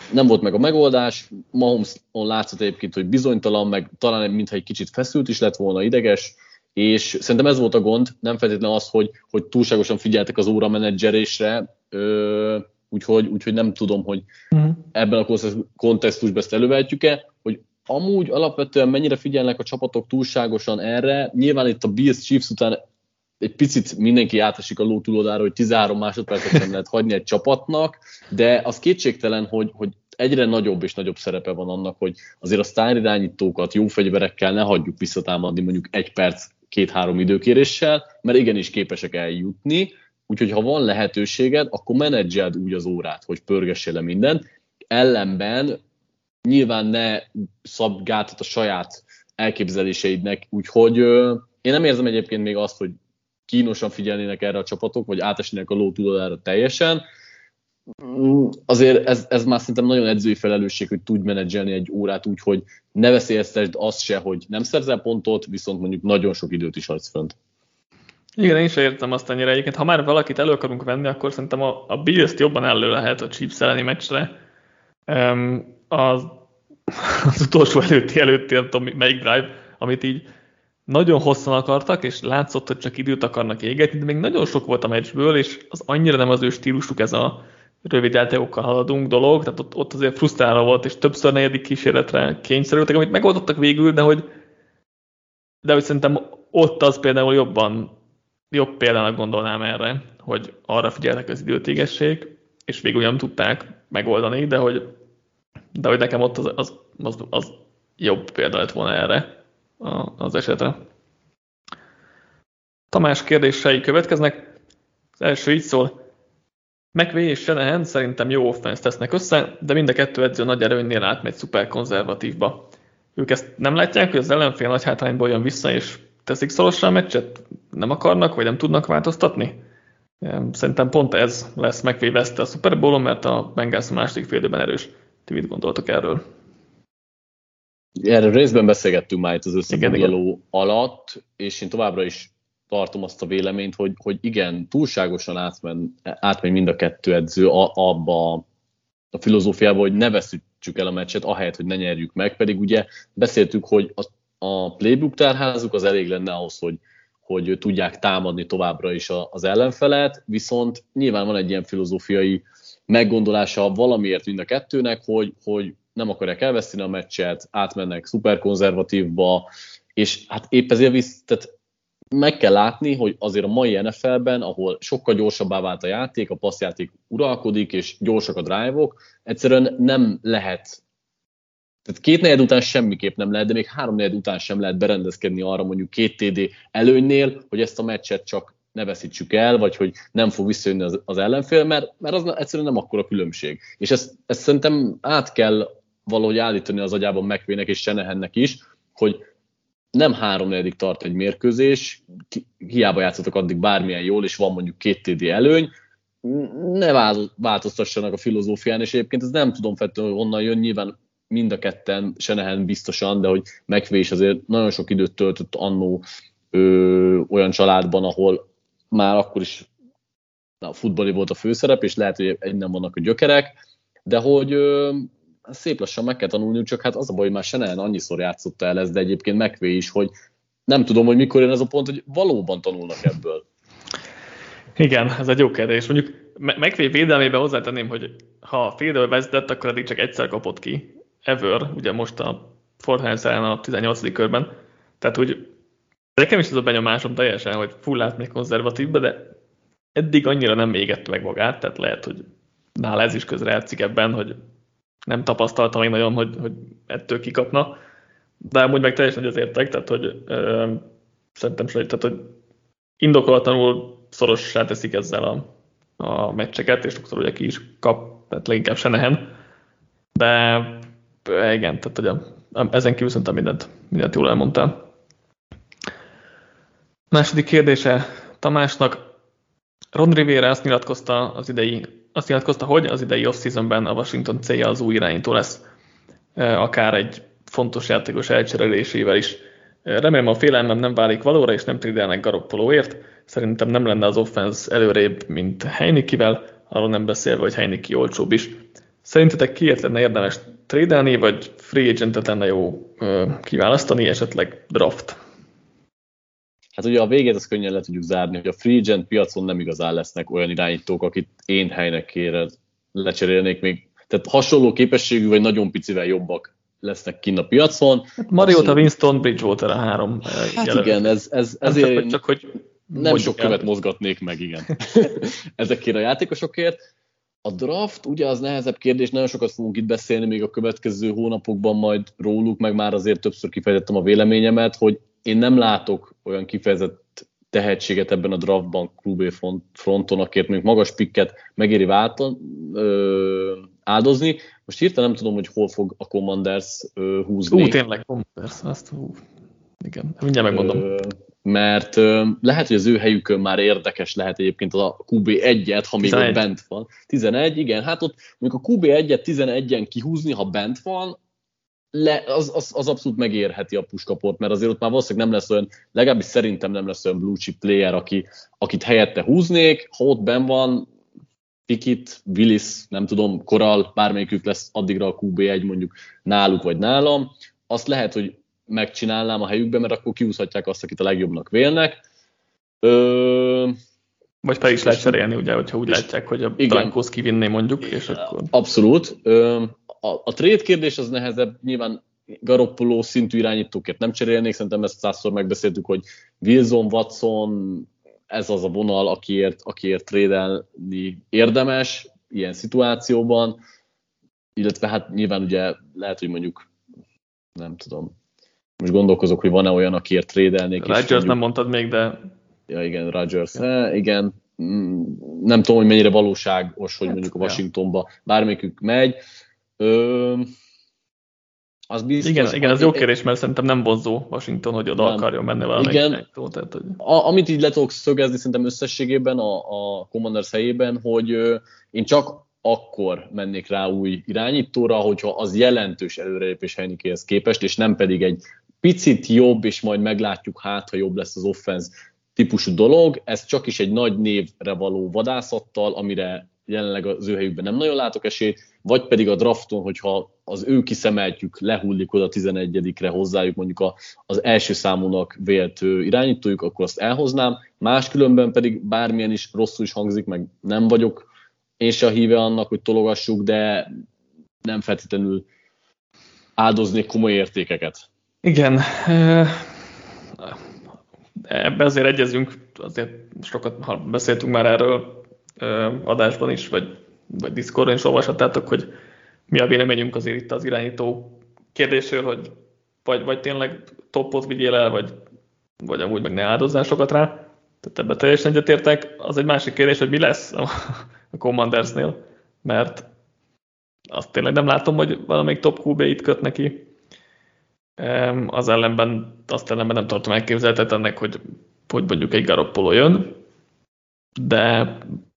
nem volt meg a megoldás, Mahomeson látszott egyébként, hogy bizonytalan, meg talán mintha egy kicsit feszült is lett volna, ideges, és szerintem ez volt a gond, nem feltétlenül az, hogy, hogy túlságosan figyeltek az óra menedzserésre, úgyhogy, úgyhogy nem tudom, hogy uh-huh. ebben a kontextusban ezt elővehetjük-e, hogy amúgy alapvetően mennyire figyelnek a csapatok túlságosan erre, nyilván itt a Bills Chiefs után egy picit mindenki átesik a ló túloldára, hogy tizenhárom másodpercet sem lehet hagyni egy csapatnak, de az kétségtelen, hogy, hogy egyre nagyobb és nagyobb szerepe van annak, hogy azért a sztárirányítókat jó fegyverekkel ne hagyjuk visszatámadni mondjuk egy perc, két-három időkéréssel, mert igenis képesek eljutni, úgyhogy ha van lehetőséged, akkor menedzseld úgy az órát, hogy pörgessél le mindent, ellenben nyilván ne szabd gátat a saját elképzeléseidnek, úgyhogy ö, én nem érzem egyébként még azt, hogy kínosan figyelnének erre a csapatok, vagy átesnének a ló túloldára teljesen. Azért ez, ez már szerintem nagyon edzői felelősség, hogy tudj menedzselni egy órát úgy, hogy ne veszélyeztesd azt se, hogy nem szerzel pontot, viszont mondjuk nagyon sok időt is hagysz fönt. Igen, én is értem azt annyira. Egyébként, ha már valakit elő akarunk venni, akkor szerintem a, a Bills-t jobban elő lehet a Chiefs elleni meccsre. Um, az, az utolsó előtti előtti, nem tudom melyik drive, amit így nagyon hosszan akartak, és látszott, hogy csak időt akarnak égetni, de még nagyon sok volt a meccsből, és az annyira nem az ő stílusuk ez a rövid eltegokkal haladunk dolog, tehát ott, ott azért frusztrálva volt, és többször negyedik kísérletre kényszerültek, amit megoldottak végül, de hogy, de hogy szerintem ott az például jobban, jobb példának gondolnám erre, hogy arra figyeltek az időt égessék, és végül nem tudták megoldani, de hogy, de hogy nekem ott az, az, az, az jobb példa lett volna erre az esetre. Tamás kérdései következnek. Az első így szól. McVay és Shanahan szerintem jó offense tesznek össze, de mind a kettő edző nagy erőnynél átmegy szuper konzervatívba. Ők ezt nem látják, hogy az ellenfél nagy hátrányból jön vissza, és teszik szorossá a meccset? Nem akarnak, vagy nem tudnak változtatni? Szerintem pont ez lesz McVay veszte a Super Bowl-on, mert a Bengals a második fél időben erős. Ti mit gondoltok erről? Erről részben beszélgettünk már itt az összefoglaló alatt, és én továbbra is tartom azt a véleményt, hogy, hogy igen, túlságosan átmen, átmegy mind a kettő edző abba a filozófiába, hogy ne veszítsük el a meccset, ahelyett, hogy ne nyerjük meg, pedig ugye beszéltük, hogy a, a playbook tárházuk az elég lenne ahhoz, hogy, hogy tudják támadni továbbra is az ellenfelet, viszont nyilván van egy ilyen filozófiai meggondolása valamiért mind a kettőnek, hogy, hogy nem akarják elveszteni a meccset, átmennek szuperkonzervatívba, és hát épp ezért visz, tehát meg kell látni, hogy azért a mai en ef el-ben, ahol sokkal gyorsabbá vált a játék, a passzjáték uralkodik, és gyorsak a drive-ok, egyszerűen nem lehet, tehát két negyed után semmiképp nem lehet, de még három negyed után sem lehet berendezkedni arra mondjuk két té dé előnynél, hogy ezt a meccset csak ne veszítsük el, vagy hogy nem fog visszajönni az, az ellenfél, mert, mert az egyszerűen nem akkora különbség. És ezt, ezt szerintem át kell valahogy állítani az agyában McVaynek és Shanahannek is, hogy nem háromnegyedig tart egy mérkőzés, hiába játszottak addig bármilyen jól, és van mondjuk két té dé előny, ne változtassanak a filozófián, és egyébként ez nem tudom feltétlenül, hogy honnan jön, nyilván mind a ketten, Shanahan biztosan, de hogy McVay is azért nagyon sok időt töltött annó ö, olyan családban, ahol már akkor is na, a futballi volt a főszerep, és lehet, hogy innen vannak a gyökerek, de hogy ö, szép lassan meg kell tanulniuk, csak hát az a baj, hogy már Shanahan annyiszor játszotta el ezt, de egyébként McVay is, hogy nem tudom, hogy mikor jön ez a pont, hogy valóban tanulnak ebből. Igen, ez egy jó kérdés. Mondjuk McVay védelmében hozzátenném, hogy ha fél idővel vezetett, akkor eddig csak egyszer kapott ki. Ever, ugye most a Fortnite ellen a tizennyolcadik körben. Tehát úgy nekem is ez a benyomásom teljesen, hogy full átmegy konzervatívba, de eddig annyira nem égett meg magát, tehát lehet, hogy nála ez is közrejátszik ebben, hogy nem tapasztalta még nagyon, hogy, hogy ettől kikapna. De amúgy meg teljesen nagy az értek, tehát hogy ö, szerintem tehát, hogy indokolatlanul szorossá teszik ezzel a, a meccseket, és sokszor ugye ki is kap, tehát leginkább Shanahan. De igen, tehát hogy a, ezen kívül szerintem mindent, mindent jól elmondtál. Második kérdése Tamásnak. Ron Rivera azt nyilatkozta, az idei, azt nyilatkozta, hogy az idei off-seasonben a Washington célja az új irányító lesz, akár egy fontos játékos elcserélésével is. Remélem a félelmem nem válik valóra, és nem trédelnek Garoppoloért. Szerintem nem lenne az offense előrébb, mint Heinickivel, arról nem beszélve, hogy Heinicki olcsóbb is. Szerintetek kiért lenne érdemes trédelni, vagy free agentet lenne jó ö, kiválasztani, esetleg draft? Hát ugye a végét azt könnyen le tudjuk zárni, hogy a free agent piacon nem igazán lesznek olyan irányítók, akit én helynek kére lecserélnék még. Tehát hasonló képességű, vagy nagyon picivel jobbak lesznek kinn a piacon. Hát Mariota, Winston, Bridgewater a három. Hát jelent. Igen, ez, ez, ezért nem csak, csak hogy nem sok követ el. mozgatnék meg, igen. Ezekért a játékosokért. A draft ugye az nehezebb kérdés, nagyon sokat fogunk itt beszélni még a következő hónapokban majd róluk, meg már azért többször kifejtettem a véleményemet, hogy én nem látok olyan kifejezett tehetséget ebben a draftban Q B fronton, akért még magas pikket megéri válton, ö, áldozni. Most hirtelen nem tudom, hogy hol fog a Commanders ö, húzni. Ú, tényleg, Commanders, azt hú. Igen, mindjárt megmondom. Ö, mert ö, lehet, hogy az ő helyükön már érdekes lehet egyébként a Q B egyet, ha még tizenegy. Ott bent van. tizenegy, igen, hát ott mondjuk a Q B egyet tizenegyen kihúzni, ha bent van, Le, az, az, az abszolút megérheti a puskaport, mert azért ott már valószínűleg nem lesz olyan, legalábbis szerintem nem lesz olyan blue chip player, aki, akit helyette húznék, ha ott benn van, Pickett, Willis, nem tudom, Corral, bármelyikük lesz addigra a Q B egy mondjuk náluk vagy nálam, azt lehet, hogy megcsinálnám a helyükben, mert akkor kihúzhatják azt, akit a legjobbnak vélnek. Ö... Vagy fel is lehet cserélni, ugye, hogyha úgy látják, hogy a Blankos kivinné mondjuk, és akkor... Abszolút. Ö... A, a trade kérdés az nehezebb, nyilván Garoppolo szintű irányítókért nem cserélnék, szerintem ezt százszor megbeszéltük, hogy Wilson, Watson, ez az a vonal, akiért, akiért trédelni érdemes ilyen szituációban, illetve hát nyilván ugye lehet, hogy mondjuk, nem tudom, most gondolkozok, hogy van-e olyan, akiért trédelnék. Rodgers mondjuk, nem mondtad még, de... Ja igen, Rodgers, ja. igen, nem tudom, hogy mennyire valóságos, hogy hát, mondjuk a Washingtonba bármelyikük megy. Ö, az biztos, igen, igen, az jó kérdés, mert szerintem nem vonzó Washington, hogy oda nem. akarjon menni valamelyik. Igen, tehát, hogy... a, amit így le tudok szögezni szerintem összességében a, a Commanders helyében, hogy ö, én csak akkor mennék rá új irányítóra, hogyha az jelentős előrelépés Heinickéhez képest, és nem pedig egy picit jobb, és majd meglátjuk hát, ha jobb lesz az offense típusú dolog. Ez csak is egy nagy névre való vadászattal, amire jelenleg az ő helyükben nem nagyon látok esélyt, vagy pedig a drafton, hogyha az ő kiszemeltjük, lehullik oda tizenegyedikre hozzájuk mondjuk a, az első számúnak vélt irányítójuk, akkor azt elhoznám. Máskülönben pedig bármilyen is rosszul is hangzik, meg nem vagyok én se a híve annak, hogy tologassuk, de nem feltétlenül áldoznék komoly értékeket. Igen. Ebben azért egyezünk, azért sokat beszéltünk már erről adásban is, vagy, vagy Discordon is olvashattátok, hogy mi a véleményünk azért itt az irányító kérdésről, hogy vagy, vagy tényleg toppot vigyél el, vagy, vagy amúgy meg ne áldozzál sokat rá. Tehát ebben teljesen egyetértek. Az egy másik kérdés, hogy mi lesz a, a Commandersnél, mert azt tényleg nem látom, hogy valamelyik top Q B itt köt neki. Az ellenben, azt ellenben nem tartom elképzelhetetlennek, hogy, hogy mondjuk egy Garoppolo jön, de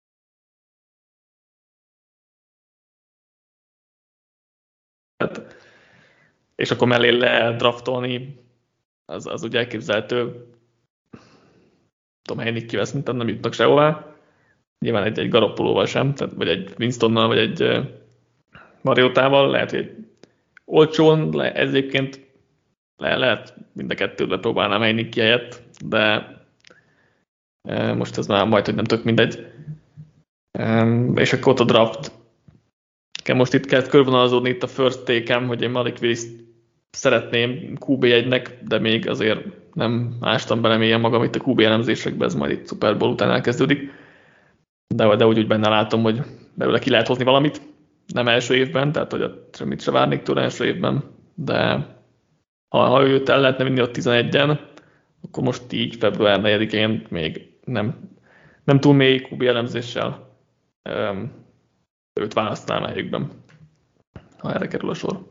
és akkor mellé le draftolni, az, az ugye elképzelhető. Tudom, Heinickével szerintem nem jutnak sehová. Nyilván egy, egy Garoppolóval sem, tehát, vagy egy Winstonnal, vagy egy uh, Mariotával, lehet, hogy egy olcsón, le, egyébként le, lehet mind a kettőt próbálnám Heinicke helyett, de uh, most ez már majd, hogy nem tök mindegy. Um, és akkor ott a draft. Most itt kezd körvonalazódni itt a first take-em, hogy én Malik Willis szeretném Q B egynek, de még azért nem ástam bele mélyen magam itt a Q B elemzésekbe, ez majd itt Super Bowl után elkezdődik. De, de úgy, úgy benne látom, hogy belőle ki lehet hozni valamit. Nem első évben, tehát hogy semmit se várnék tőle első évben, de ha, ha őt el lehetne vinni ott tizenegyen, akkor most így február negyedikén még nem, nem túl mély Q B elemzéssel um, őt választanám a helyükben, ha erre kerül a sor.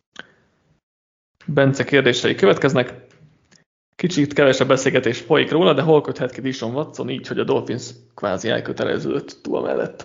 Bence kérdései következnek. Kicsit kevesebb beszélgetés folyik róla, de hol köthet ki Deshaun Watson így, hogy a Dolphins kvázi elköteleződött túl mellett?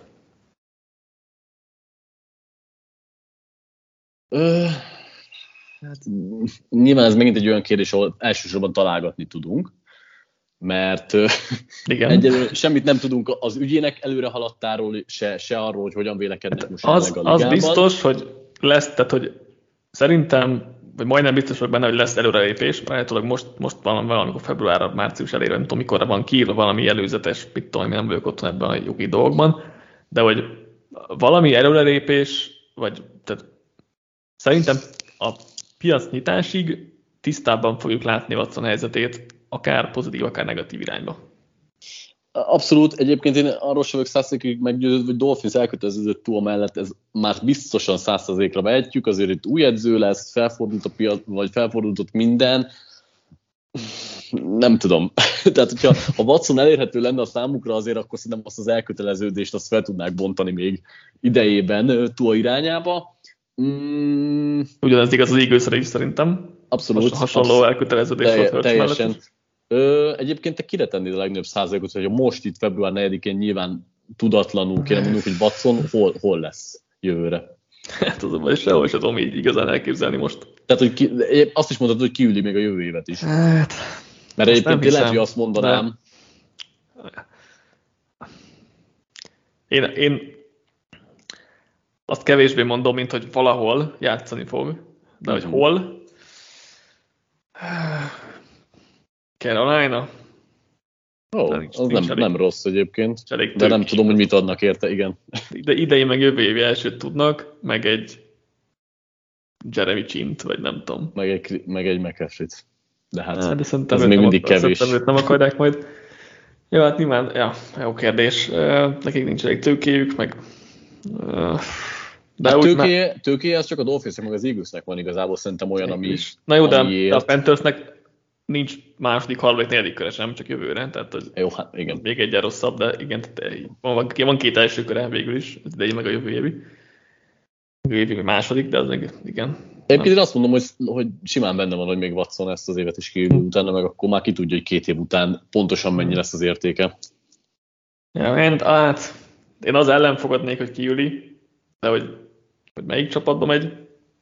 Ö, hát, nyilván ez megint egy olyan kérdés, ahol elsősorban találgatni tudunk, mert Igen. egyelőre semmit nem tudunk az ügyének előre haladtáról, se, se arról, hogy hogyan vélekednek most az, jelenleg a ligában. Az biztos, hogy lesz, tehát hogy szerintem, vagy majdnem biztos vagy benne, hogy lesz előrelépés, mert állítólag most, most valami, valamikor február, március elejére, nem tudom, mikorra van kiírva valami előzetes, mit tudom, én nem vagyok otthon ebben a jogi dolgokban, de hogy valami előrelépés, vagy tehát szerintem a piac nyitásig tisztábban fogjuk látni Watson helyzetét, akár pozitív, akár negatív irányba. Abszolút, egyébként én arról sem vagyok száz százalékig meggyőződve, hogy Dolphins elköteleződött túl mellett, ez már biztosan száz százalékra vehetjük, azért itt új edző lesz, felfordult a piac, vagy felfordult minden, nem tudom. Tehát, hogyha ha Watson elérhető lenne a számukra, azért akkor szerintem azt az elköteleződést azt fel tudnák bontani még idejében túl irányába. Mm. Ugyanez igaz az Eaglesre is szerintem. Abszolút. Hasonló absz- elköteleződés telj- volt teljesen. Ö, egyébként te kire tennéd a legnagyobb százalékot, hogy most itt február negyedikén nyilván tudatlanul kéne mondjuk, hogy Watson hol, hol lesz jövőre? Hát azonban is sehol sem tudom így igazán elképzelni most. Tehát, hogy ki, azt is mondhatod, hogy kiüli még a jövő évet is. Hát, mert egyébként én lehet, hogy azt mondanám. De... Én, én azt kevésbé mondom, mint hogy valahol játszani fog, de hogy Mm-hmm. hol? Carolina? Ó, oh, az nem, elég, nem rossz egyébként, de nem tudom, hogy mit adnak érte, igen. De idei meg jövő évi elsőt tudnak, meg egy Jeremy Chint, vagy nem tudom. Meg egy, meg egy McCaffrey-t. De hát de ez még mindig akar, kevés. Nem akarják majd. Jó, hát nyilván, ja, jó kérdés. Nekik nincs elég tőkéjük, meg... De hát tőkéje, már... tőkéje az csak a Dolphinsnek, meg az Eaglesnek van igazából szerintem olyan, ami is. Na jó, de a Panthersnek nincs második, harmadik, negyedik köre sem, csak jövőre. Tehát, hogy jó, hát igen. Még egyen rosszabb, de igen, van, van két első köre végül is, az idei meg a jövő évi. A jövő évi második, de az még igen. Egyébként én azt mondom, hogy, hogy simán benne van, hogy még Watson ezt az évet is kiüli utána, meg akkor már ki tudja, hogy két év után pontosan mennyi lesz az értéke. Ja, én, hát, én az ellen fogadnék, hogy kiüli, de hogy, hogy melyik csapatba megy.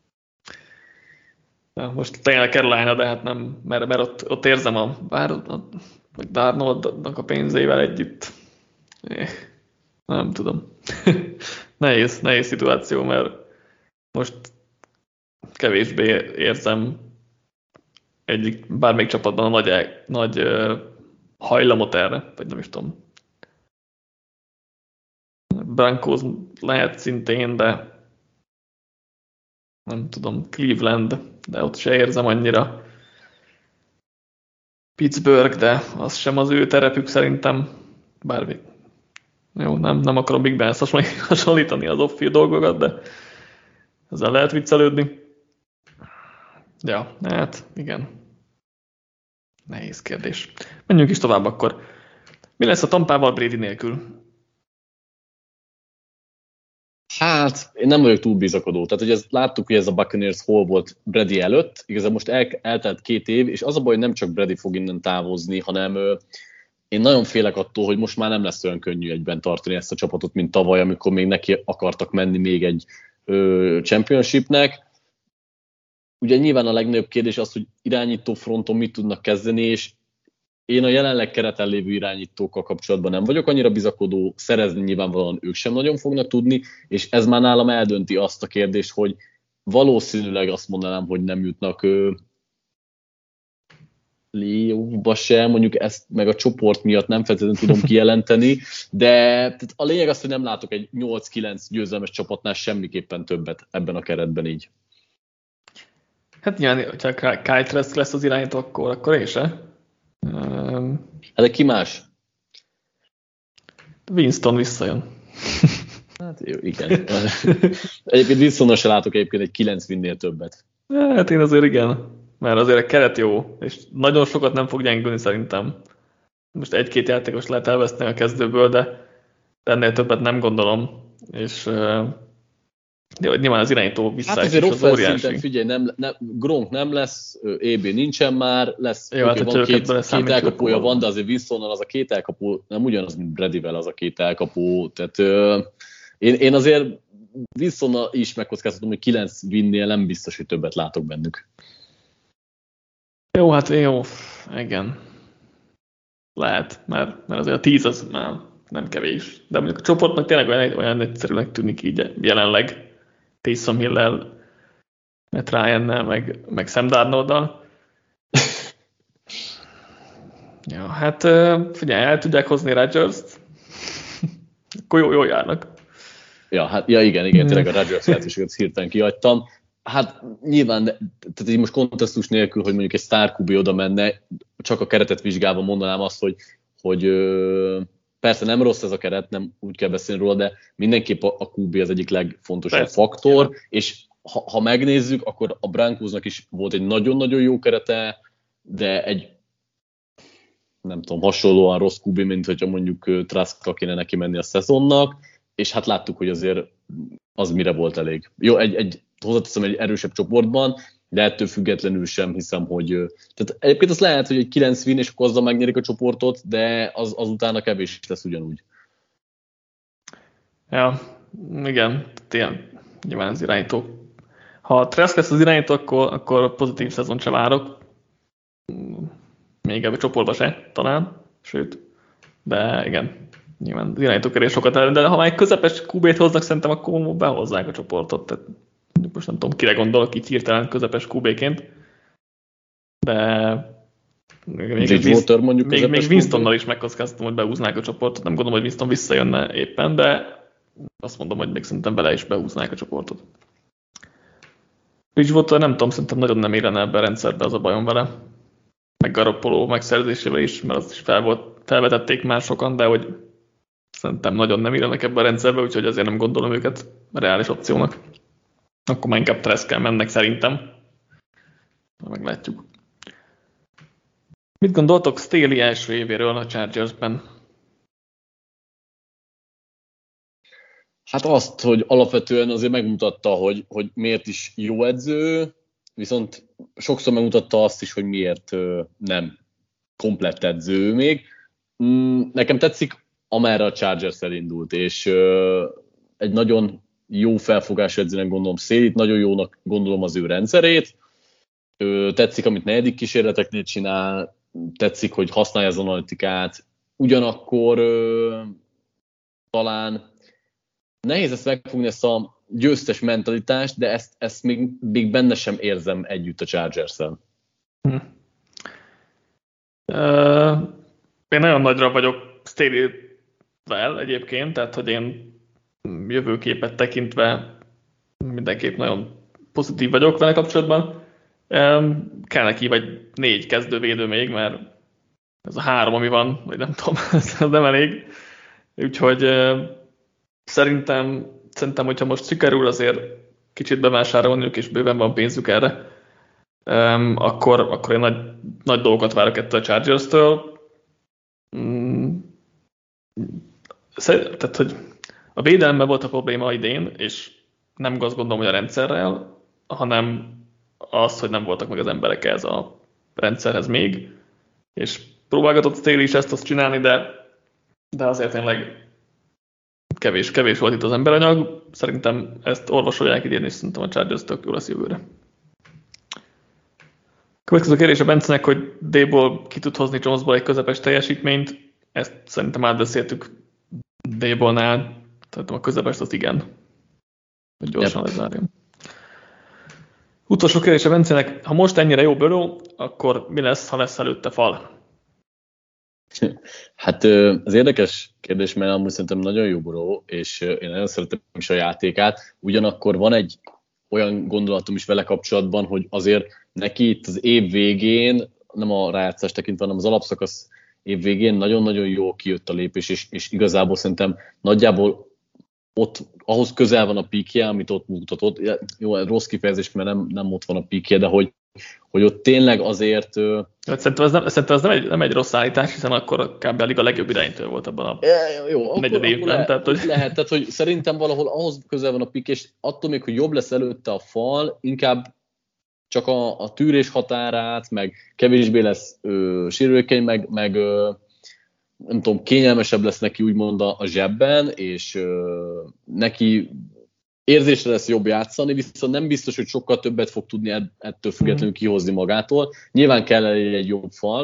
Ja, most tényleg Carolina, de hát nem, mert, mert ott, ott érzem a, bár a, vagy Darnoldnak a pénzével együtt. É, nem tudom. nehéz, nehéz szituáció, mert most kevésbé érzem egyik, bármelyik csapatban a nagy, nagy uh, hajlamot erre, vagy nem is tudom. Broncos lehet szintén, de nem tudom, Cleveland, de ott se érzem annyira. Pittsburgh, de az sem az ő terepük szerintem. Bár jó, nem, nem akarom Big Ben-hez hasonlítani az off-field dolgokat, de ezzel lehet viccelődni. Ja, hát igen. Nehéz kérdés. Menjünk is tovább akkor. Mi lesz a Tampával Brady nélkül? Hát, én nem vagyok túl bizakodó. Tehát, hogy ezt láttuk, hogy ez a Buccaneers hol volt Brady előtt. Igazából most el, eltelt két év, és az a baj, hogy nem csak Brady fog innen távozni, hanem ö, én nagyon félek attól, hogy most már nem lesz olyan könnyű egyben tartani ezt a csapatot, mint tavaly, amikor még neki akartak menni még egy ö, championshipnek. Ugye nyilván a legnagyobb kérdés az, hogy irányító fronton mit tudnak kezdeni, és én a jelenleg kereten lévő irányítókkal kapcsolatban nem vagyok annyira bizakodó, szerezni nyilvánvalóan ők sem nagyon fognak tudni, és ez már nálam eldönti azt a kérdést, hogy valószínűleg azt mondanám, hogy nem jutnak Léóba se, mondjuk ezt meg a csoport miatt nem feltétlenül tudom kijelenteni, de a lényeg az, hogy nem látok egy nyolc-kilenc győzelmes csapatnál semmiképpen többet ebben a keretben így. Hát nyilván, hogyha Kyle Trask lesz az irányító, akkor, akkor én se. Hát de ki más? Winston visszajön. Hát jó, igen. Egyébként Winstonnak se látok egyébként egy kilenc winnél többet. Hát én azért igen, mert azért a keret jó, és nagyon sokat nem fog gyengülni szerintem. Most egy-két játékos lehet elveszteni a kezdőből, de ennél többet nem gondolom, és de nyilván az irányító visszaesés hát az óriási. Szinten, figyelj, nem, nem, Gronk nem lesz, é bé nincsen már, lesz, jó, hát van két, két elkapója van, de azért Wilsonnal az a két elkapó, nem ugyanaz, mint Bradyvel az a két elkapó, tehát ö, én, én azért Wilsonnal is megkockáztatom, hogy kilenc winnél nem biztos, hogy többet látok bennük. Jó, hát jó, igen. lehet, mert, mert azért a tíz az már nem kevés. De mondjuk a csoportnak tényleg olyan, olyan egyszerűnek tűnik így jelenleg Taysom Hill-lel, Matt Ryan-nel, meg, meg Sam Darnold-dal. Ja, hát figyelj, el tudják hozni Rodgers-t, akkor jó, jó járnak. Ja, hát, ja igen, igen, tényleg a Rodgers lehetőséget hirtelen kiadtam. Hát nyilván, tehát így most kontextus nélkül, hogy mondjuk egy sztár kubi oda menne, csak a keretet vizsgálva mondanám azt, hogy, hogy persze nem rossz ez a keret, nem úgy kell beszélni róla, de mindenképp a kú bé az egyik legfontosabb persze, faktor, ja. És ha, ha megnézzük, akkor a Broncosnak is volt egy nagyon-nagyon jó kerete, de egy nem tudom, hasonlóan rossz kú bé, mint hogyha mondjuk Traska kéne neki menni a szezonnak, és hát láttuk, hogy azért az mire volt elég. Jó, egy, egy hozzáteszem egy erősebb csoportban, de ettől függetlenül sem hiszem, hogy... Tehát egyébként az lehet, hogy egy kilenc win, és akkor azzal megnyerik a csoportot, de az, az utána kevés lesz ugyanúgy. Ja, igen, tényleg nyilván az irányító. Ha Trask lesz az irányító, akkor, akkor pozitív szezon sem várok. Még ebben a csoportban se, talán, sőt, de igen, nyilván az irányítókerés sokat el, de ha már egy közepes kú bét hoznak, szerintem akkor behozzák a csoportot, tehát most nem tudom, kire gondolok így hirtelen közepes kú béként, de még, Bridgewater mondjuk még, még Winstonnal is megkockáztam, hogy behúznák a csoportot, nem gondolom, hogy Winston visszajönne éppen, de azt mondom, hogy még szerintem bele is behúznák a csoportot. Bridgewater nem tudom, szerintem nagyon nem érne ebbe a rendszerbe, az a bajom vele. Meg Garoppolo megszerzésével is, mert azt is fel volt, felvetették már sokan, de hogy szerintem nagyon nem illenek ebbe a rendszerbe, úgyhogy azért nem gondolom őket reális opciónak. Akkor már inkább Traskkel mennek szerintem. Meglátjuk. Mit gondoltok Staley első évéről a Chargersben? Hát azt, hogy alapvetően azért megmutatta, hogy, hogy miért is jó edző, viszont sokszor megmutatta azt is, hogy miért nem komplett edző még. Nekem tetszik, amerre a Chargers elindult, és egy nagyon jó felfogású edzőnek gondolom Staleyt, nagyon jónak gondolom az ő rendszerét. Tetszik, amit negyedik kísérleteknél csinál, tetszik, hogy használja az analitikát. Ugyanakkor talán nehéz ezt megfogni, ezt a győztes mentalitást, de ezt, ezt még, még benne sem érzem együtt a Chargers-en. Hm. Uh, én nagyon nagyra vagyok Staley-vel egyébként, tehát hogy én jövőképet tekintve mindenképp nagyon pozitív vagyok vele kapcsolatban. Um, kell neki vagy négy kezdővédő még, mert ez a három, ami van, vagy nem tudom, ez nem elég. Úgyhogy uh, szerintem Szerintem, hogyha most sikerül azért kicsit bevásárolniuk, és bőven van pénzük erre, um, akkor, akkor én nagy, nagy dolgokat várok ettől a Chargers-től. Um, tehát, hogy a védelemmel volt a probléma idén, és nem azt gondolom, hogy a rendszerrel, hanem az, hogy nem voltak meg az emberek ez a rendszerhez még, és próbálgatott Staley is ezt azt csinálni, de, de azért tényleg Kevés, kevés volt itt az emberanyag. Szerintem ezt orvosolják idén, és szerintem a Chargers tök jó lesz jövőre. Következő kérdés a Bencenek, hogy D-ból ki tud hozni Jonesból egy közepes teljesítményt. Ezt szerintem átbeszéltük D-bolnál. Tehát a közepest az igen. Hogy gyorsan yep. lezárjam. Utolsó kérdés a Bencenek, ha most ennyire jó Burrow, akkor mi lesz, ha lesz előtte fal? Hát az érdekes kérdés, mert amúgy szerintem nagyon jó Burrow, és én nagyon szeretem is a játékát, ugyanakkor van egy olyan gondolatom is vele kapcsolatban, hogy azért neki itt az év végén, nem a rájátszást tekintve, hanem az alapszakasz év végén nagyon-nagyon jó kijött a lépés, és, és igazából szerintem nagyjából ott, ahhoz közel van a píkje, amit ott mutatott. Jó, rossz kifejezés, mert nem, nem ott van a píkje, de hogy, hogy ott tényleg azért... Szerintem ez nem, szerintem ez nem, egy, nem egy rossz állítás, hiszen akkor kb. A liga legjobb irányítő volt abban a ja, jó, negyed akkor, évben. Akkor tehát, hogy... lehet, tehát hogy szerintem valahol ahhoz közel van a pík, és attól még, hogy jobb lesz előtte a fal, inkább csak a, a tűrés határát, meg kevésbé lesz ö, sérülékeny, meg, meg ö, nem tudom, kényelmesebb lesz neki úgymond a, a zsebben, és ö, neki érzésre lesz jobb játszani, viszont nem biztos, hogy sokkal többet fog tudni ettől függetlenül kihozni magától. Nyilván kell egy jobb fal,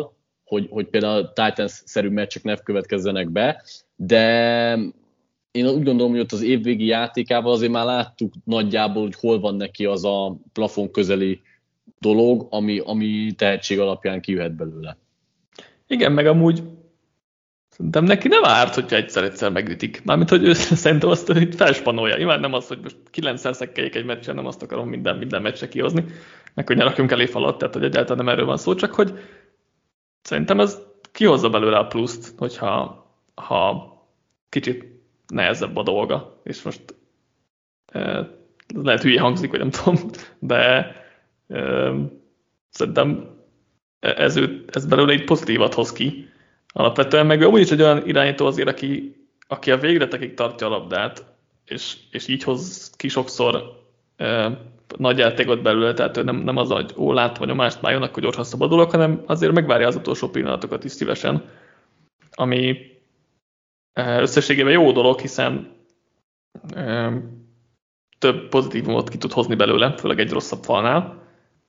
hogy, hogy például Titans-szerű meccsek ne következzenek be, de én úgy gondolom, hogy ott az évvégi játékával azért már láttuk nagyjából, hogy hol van neki az a plafon közeli dolog, ami, ami tehetség alapján kijöhet belőle. Igen, meg amúgy szerintem neki nem árt, hogyha egyszer-egyszer megütik. Mármint, hogy ő szerintem azt hogy felspanolja. Nyilván nem az, hogy most kilencszer szekkeljék egy meccsen, nem azt akarom minden, minden meccse kihozni, meg hogy ne rakjunk elé falat, tehát hogy egyáltalán nem erről van szó, csak hogy szerintem ez kihozza belőle a pluszt, hogyha ha kicsit nehezebb a dolga, és most e, lehet hülye hangzik, vagy nem tudom, de e, szerintem ez, ő, ez belőle egy pozitívat hoz ki. Alapvetően meg amúgy is egy olyan irányító azért, aki, aki a végletekig tartja a labdát, és, és így hoz ki sokszor e, nagy játékot belőle, tehát ő nem, nem az, hogy ó, lát vagy nyomást már jön, akkor gyorsan szabadulok, hanem azért megvárja az utolsó pillanatokat is szívesen, ami összességében jó dolog, hiszen e, több pozitívumot ki tud hozni belőle, főleg egy rosszabb falnál.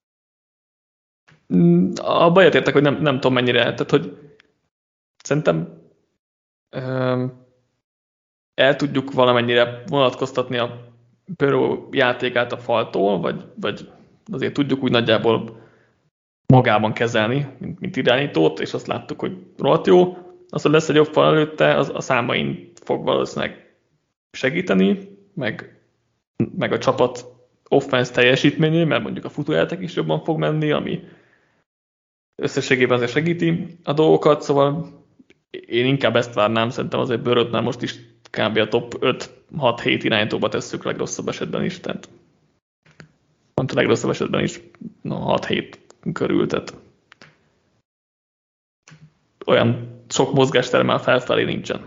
Abba értek, hogy nem, nem tudom mennyire, tehát hogy szerintem e, el tudjuk valamennyire vonatkoztatni a Burrow játékát a faltól, vagy, vagy azért tudjuk úgy nagyjából magában kezelni, mint, mint irányítót, és azt láttuk, hogy rohadt jó. Az, hogy lesz egy jobb fal előtte, az a számain fog valószínűleg segíteni, meg, meg a csapat offense teljesítményé, mert mondjuk a futójáték is jobban fog menni, ami összességében azért segíti a dolgokat, szóval én inkább ezt várnám, szerintem azért Burrowt már most is kb. A top öt hat hét irányítóba tesszük legrosszabb esetben is, tehát pont a legrosszabb esetben is no, hat hét körül, tehát olyan sok mozgástere már felfelé nincsen.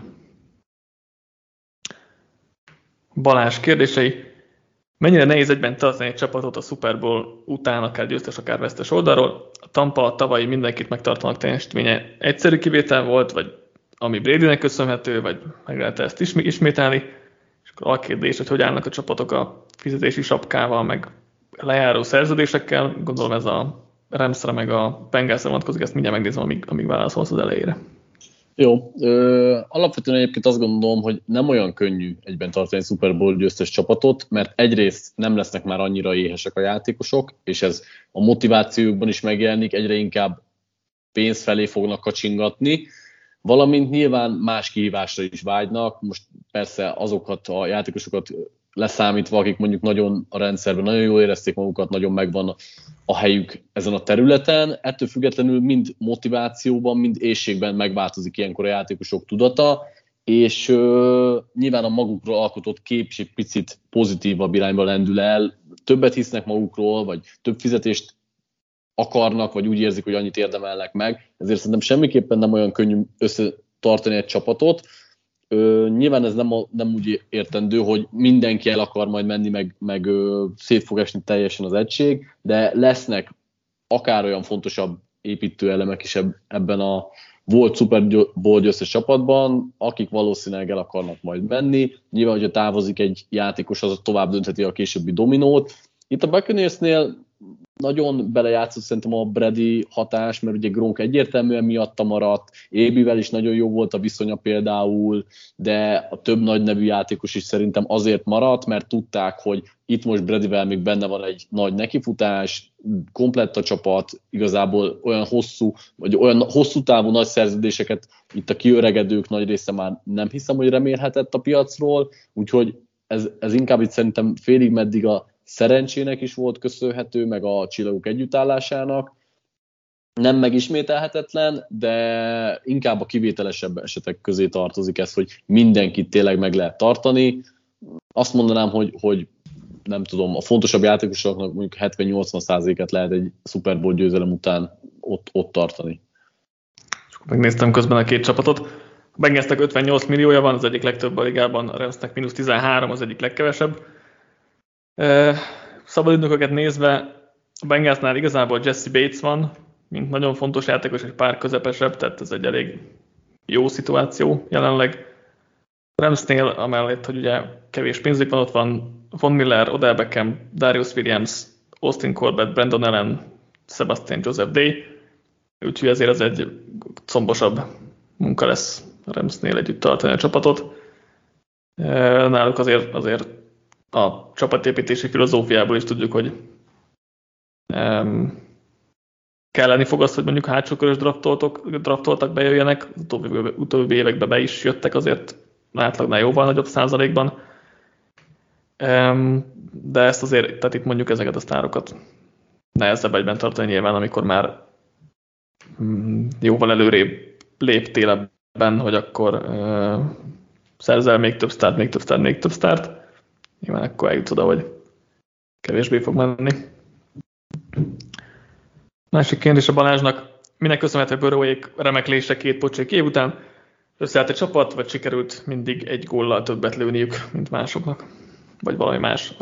Balázs kérdései. Mennyire nehéz egyben tartani egy csapatot a Super Bowl után, akár győztes, akár vesztes oldalról? A Tampa a tavalyi mindenkit megtartanak teljesítménye egyszerű kivétel volt, vagy ami Bradynek köszönhető, vagy meg lehet ezt ismételni? És akkor a kérdés, hogy hogy állnak a csapatok a fizetési sapkával, meg lejáró szerződésekkel. Gondolom ez a Ramsre meg a Bengalsra vonatkozik, ezt mindjárt megnézem, amíg, amíg válaszolsz az elejére. Jó. Ö, alapvetően egyébként azt gondolom, hogy nem olyan könnyű egyben tartani egy Super Bowl győztes csapatot, mert egyrészt nem lesznek már annyira éhesek a játékosok, és ez a motivációjukban is megjelenik, egyre inkább pénz felé fognak kacsingatni, valamint nyilván más kihívásra is vágynak. Most persze azokat a játékosokat leszámítva, akik mondjuk nagyon a rendszerben nagyon jól érezték magukat, nagyon megvan a helyük ezen a területen. Ettől függetlenül mind motivációban, mind éhségben megváltozik ilyenkor a játékosok tudata, és ö, nyilván a magukról alkotott kép is egy picit pozitívabb irányba lendül el. Többet hisznek magukról, vagy több fizetést akarnak, vagy úgy érzik, hogy annyit érdemelnek meg. Ezért szerintem semmiképpen nem olyan könnyű összetartani egy csapatot. Ö, nyilván ez nem, a, nem úgy értendő, hogy mindenki el akar majd menni, meg, meg ö, szét fog esni teljesen az egység, de lesznek akár olyan fontosabb építőelemek is eb, ebben a volt Super Bowl győztes csapatban, akik valószínűleg el akarnak majd menni. Nyilván, hogyha távozik egy játékos, az tovább döntheti a későbbi dominót. Itt a Buccaneersnél nagyon belejátszott szerintem a Brady hatás, mert ugye Gronk egyértelműen miatta maradt, Ébivel is nagyon jó volt a viszonya például, de a több nagy nevű játékos is szerintem azért maradt, mert tudták, hogy itt most Bradyvel még benne van egy nagy nekifutás, komplett a csapat, igazából olyan hosszú, vagy olyan hosszú távú nagy szerződéseket itt a kiöregedők nagy része már nem hiszem, hogy remélhetett a piacról, úgyhogy ez, ez inkább itt szerintem félig meddig a szerencsének is volt köszönhető, meg a csillagok együttállásának. Nem megismételhetetlen, de inkább a kivételesebb esetek közé tartozik ez, hogy mindenkit tényleg meg lehet tartani. Azt mondanám, hogy, hogy nem tudom, a fontosabb játékosoknak mondjuk hetven-nyolcvan százalékát lehet egy Super Bowl győzelem után ott, ott tartani. Megnéztem közben a két csapatot. A Bengalsnek ötvennyolc milliója van, az egyik legtöbb a ligában, a Ramsnek mínusz tizenhárom, az egyik legkevesebb. Szabadügynököket nézve a Bengalsnál igazából Jesse Bates van, mint nagyon fontos játékos, egy pár közepesebb, tehát ez egy elég jó szituáció jelenleg. Ramsnél amellett, hogy ugye kevés pénzük van, ott van Von Miller, Odell Beckham, Darius Williams, Austin Corbett, Brandon Allen, Sebastian Joseph Day. úgyhogy ezért ez egy combosabb munka lesz a Ramsnél együtt tartani a csapatot. Náluk azért, azért a csapatépítési filozófiából is tudjuk, hogy um, kelleni fog az, hogy mondjuk hátsókörös draftoltak bejöjjenek, az utóbbi, utóbbi években be is jöttek azért átlagnál jóval nagyobb százalékban. Um, de ezt azért, tehát itt mondjuk ezeket a sztárokat nehezebb egyben tartani nyilván, amikor már um, jóval előrébb léptél ebben, hogy akkor uh, szerzel még több sztárt, még több sztárt, még több sztárt. Nyilván akkor eljutsz oda, hogy kevésbé fog menni. Másik kérdés a Balázsnak. Minek köszönhető Burrowék remeklése két pocsék év után? Összeállt a csapat, vagy sikerült mindig egy góllal többet lőniük, mint másoknak? Vagy valami más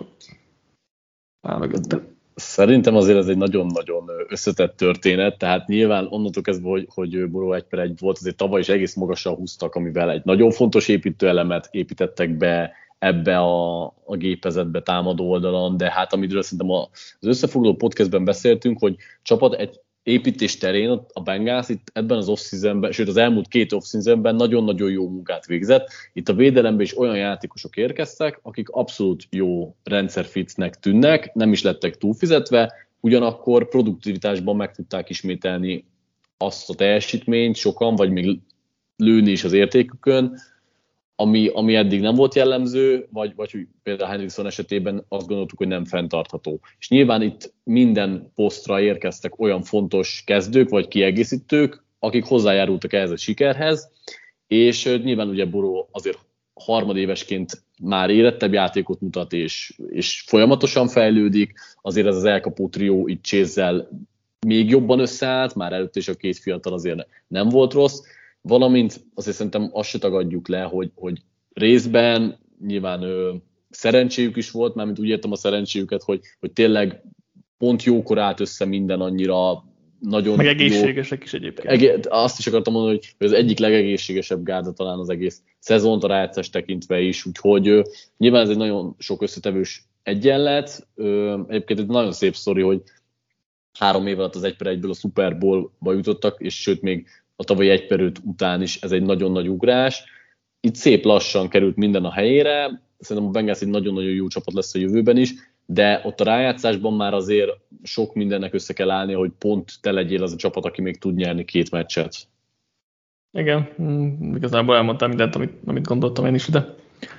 áll mögötte? Szerintem azért ez egy nagyon-nagyon összetett történet, tehát nyilván onnantól kezdve, hogy, hogy Burrow egy per egy volt, azért tavaly is egész magasan húztak, amivel egy nagyon fontos építőelemet építettek be ebbe a, a gépezetbe támadó oldalon, de hát amiről szerintem az összefoglaló podcastben beszéltünk, hogy csapat egy építés terén a Bengals itt ebben az off-seasonben, sőt az elmúlt két off-seasonben nagyon-nagyon jó munkát végzett. Itt a védelemben is olyan játékosok érkeztek, akik abszolút jó rendszerfitnek tűnnek, nem is lettek túlfizetve, ugyanakkor produktivitásban meg tudták ismételni azt a teljesítményt sokan, vagy még lőni is az értékükön, ami, ami eddig nem volt jellemző, vagy, vagy például Hendrickson esetében azt gondoltuk, hogy nem fenntartható. És nyilván itt minden posztra érkeztek olyan fontos kezdők, vagy kiegészítők, akik hozzájárultak ehhez a sikerhez, és nyilván ugye Burrow azért harmadévesként már érettebb játékot mutat, és, és folyamatosan fejlődik, azért ez az elkapó trió itt Chase-zel még jobban összeállt, már előtt is a két fiatal azért nem volt rossz, valamint azért szerintem azt se tagadjuk le, hogy, hogy részben nyilván ö, szerencséjük is volt, mármint úgy értem a szerencséjüket, hogy, hogy tényleg pont jókor állt össze minden annyira nagyon meg egészségesek jó, is egyébként. Egé- azt is akartam mondani, hogy az egyik legegészségesebb gárda talán az egész szezont a rájátszás tekintve is, úgyhogy ö, nyilván ez egy nagyon sok összetevős egyenlet. Ö, egyébként egy nagyon szép sztori, hogy három év alatt az egy per egyből a Super Bowl-ba jutottak, és sőt még a tavalyi egy per öt után is ez egy nagyon nagy ugrás. Itt szép lassan került minden a helyére, szerintem a Bengals egy nagyon-nagyon jó csapat lesz a jövőben is, de ott a rájátszásban már azért sok mindennek össze kell állni, hogy pont te legyél az a csapat, aki még tud nyerni két meccset. Igen, igazából elmondtam mindent, amit, amit gondoltam én is ide.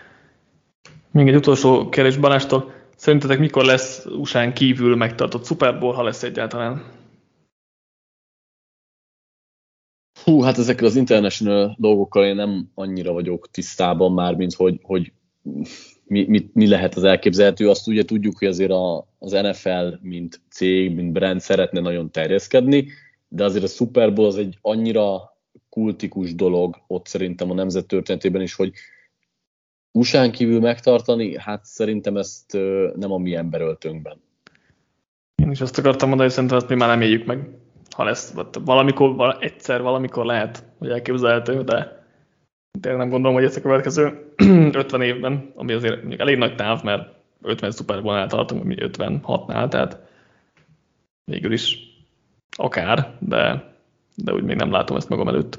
Még egy utolsó kérdés Balástól. Szerintetek mikor lesz u es á-n kívül megtartott Super Bowl, ha lesz egyáltalán? Hú, hát ezekkel az international dolgokkal én nem annyira vagyok tisztában már, mint hogy, hogy mi, mi, mi lehet az elképzelhető. Azt ugye tudjuk, hogy azért a, az en ef el, mint cég, mint brand szeretne nagyon terjeszkedni, de azért a Super Bowl az egy annyira kultikus dolog ott szerintem a nemzet történetében is, hogy u es á-n kívül megtartani, hát szerintem ezt nem a mi emberöltőnkben. Én is azt akartam mondani, hogy szerintem ezt mi már nem éljük meg. Ha lesz, valamikor, egyszer valamikor lehet, hogy elképzelhető, de tényleg nem gondolom, hogy ez a következő ötven évben, ami azért mondjuk elég nagy táv, mert ötven Super Bowl-nál tartunk, mi ötvenhatnál, tehát végül is akár, de, de úgy még nem látom ezt magam előtt.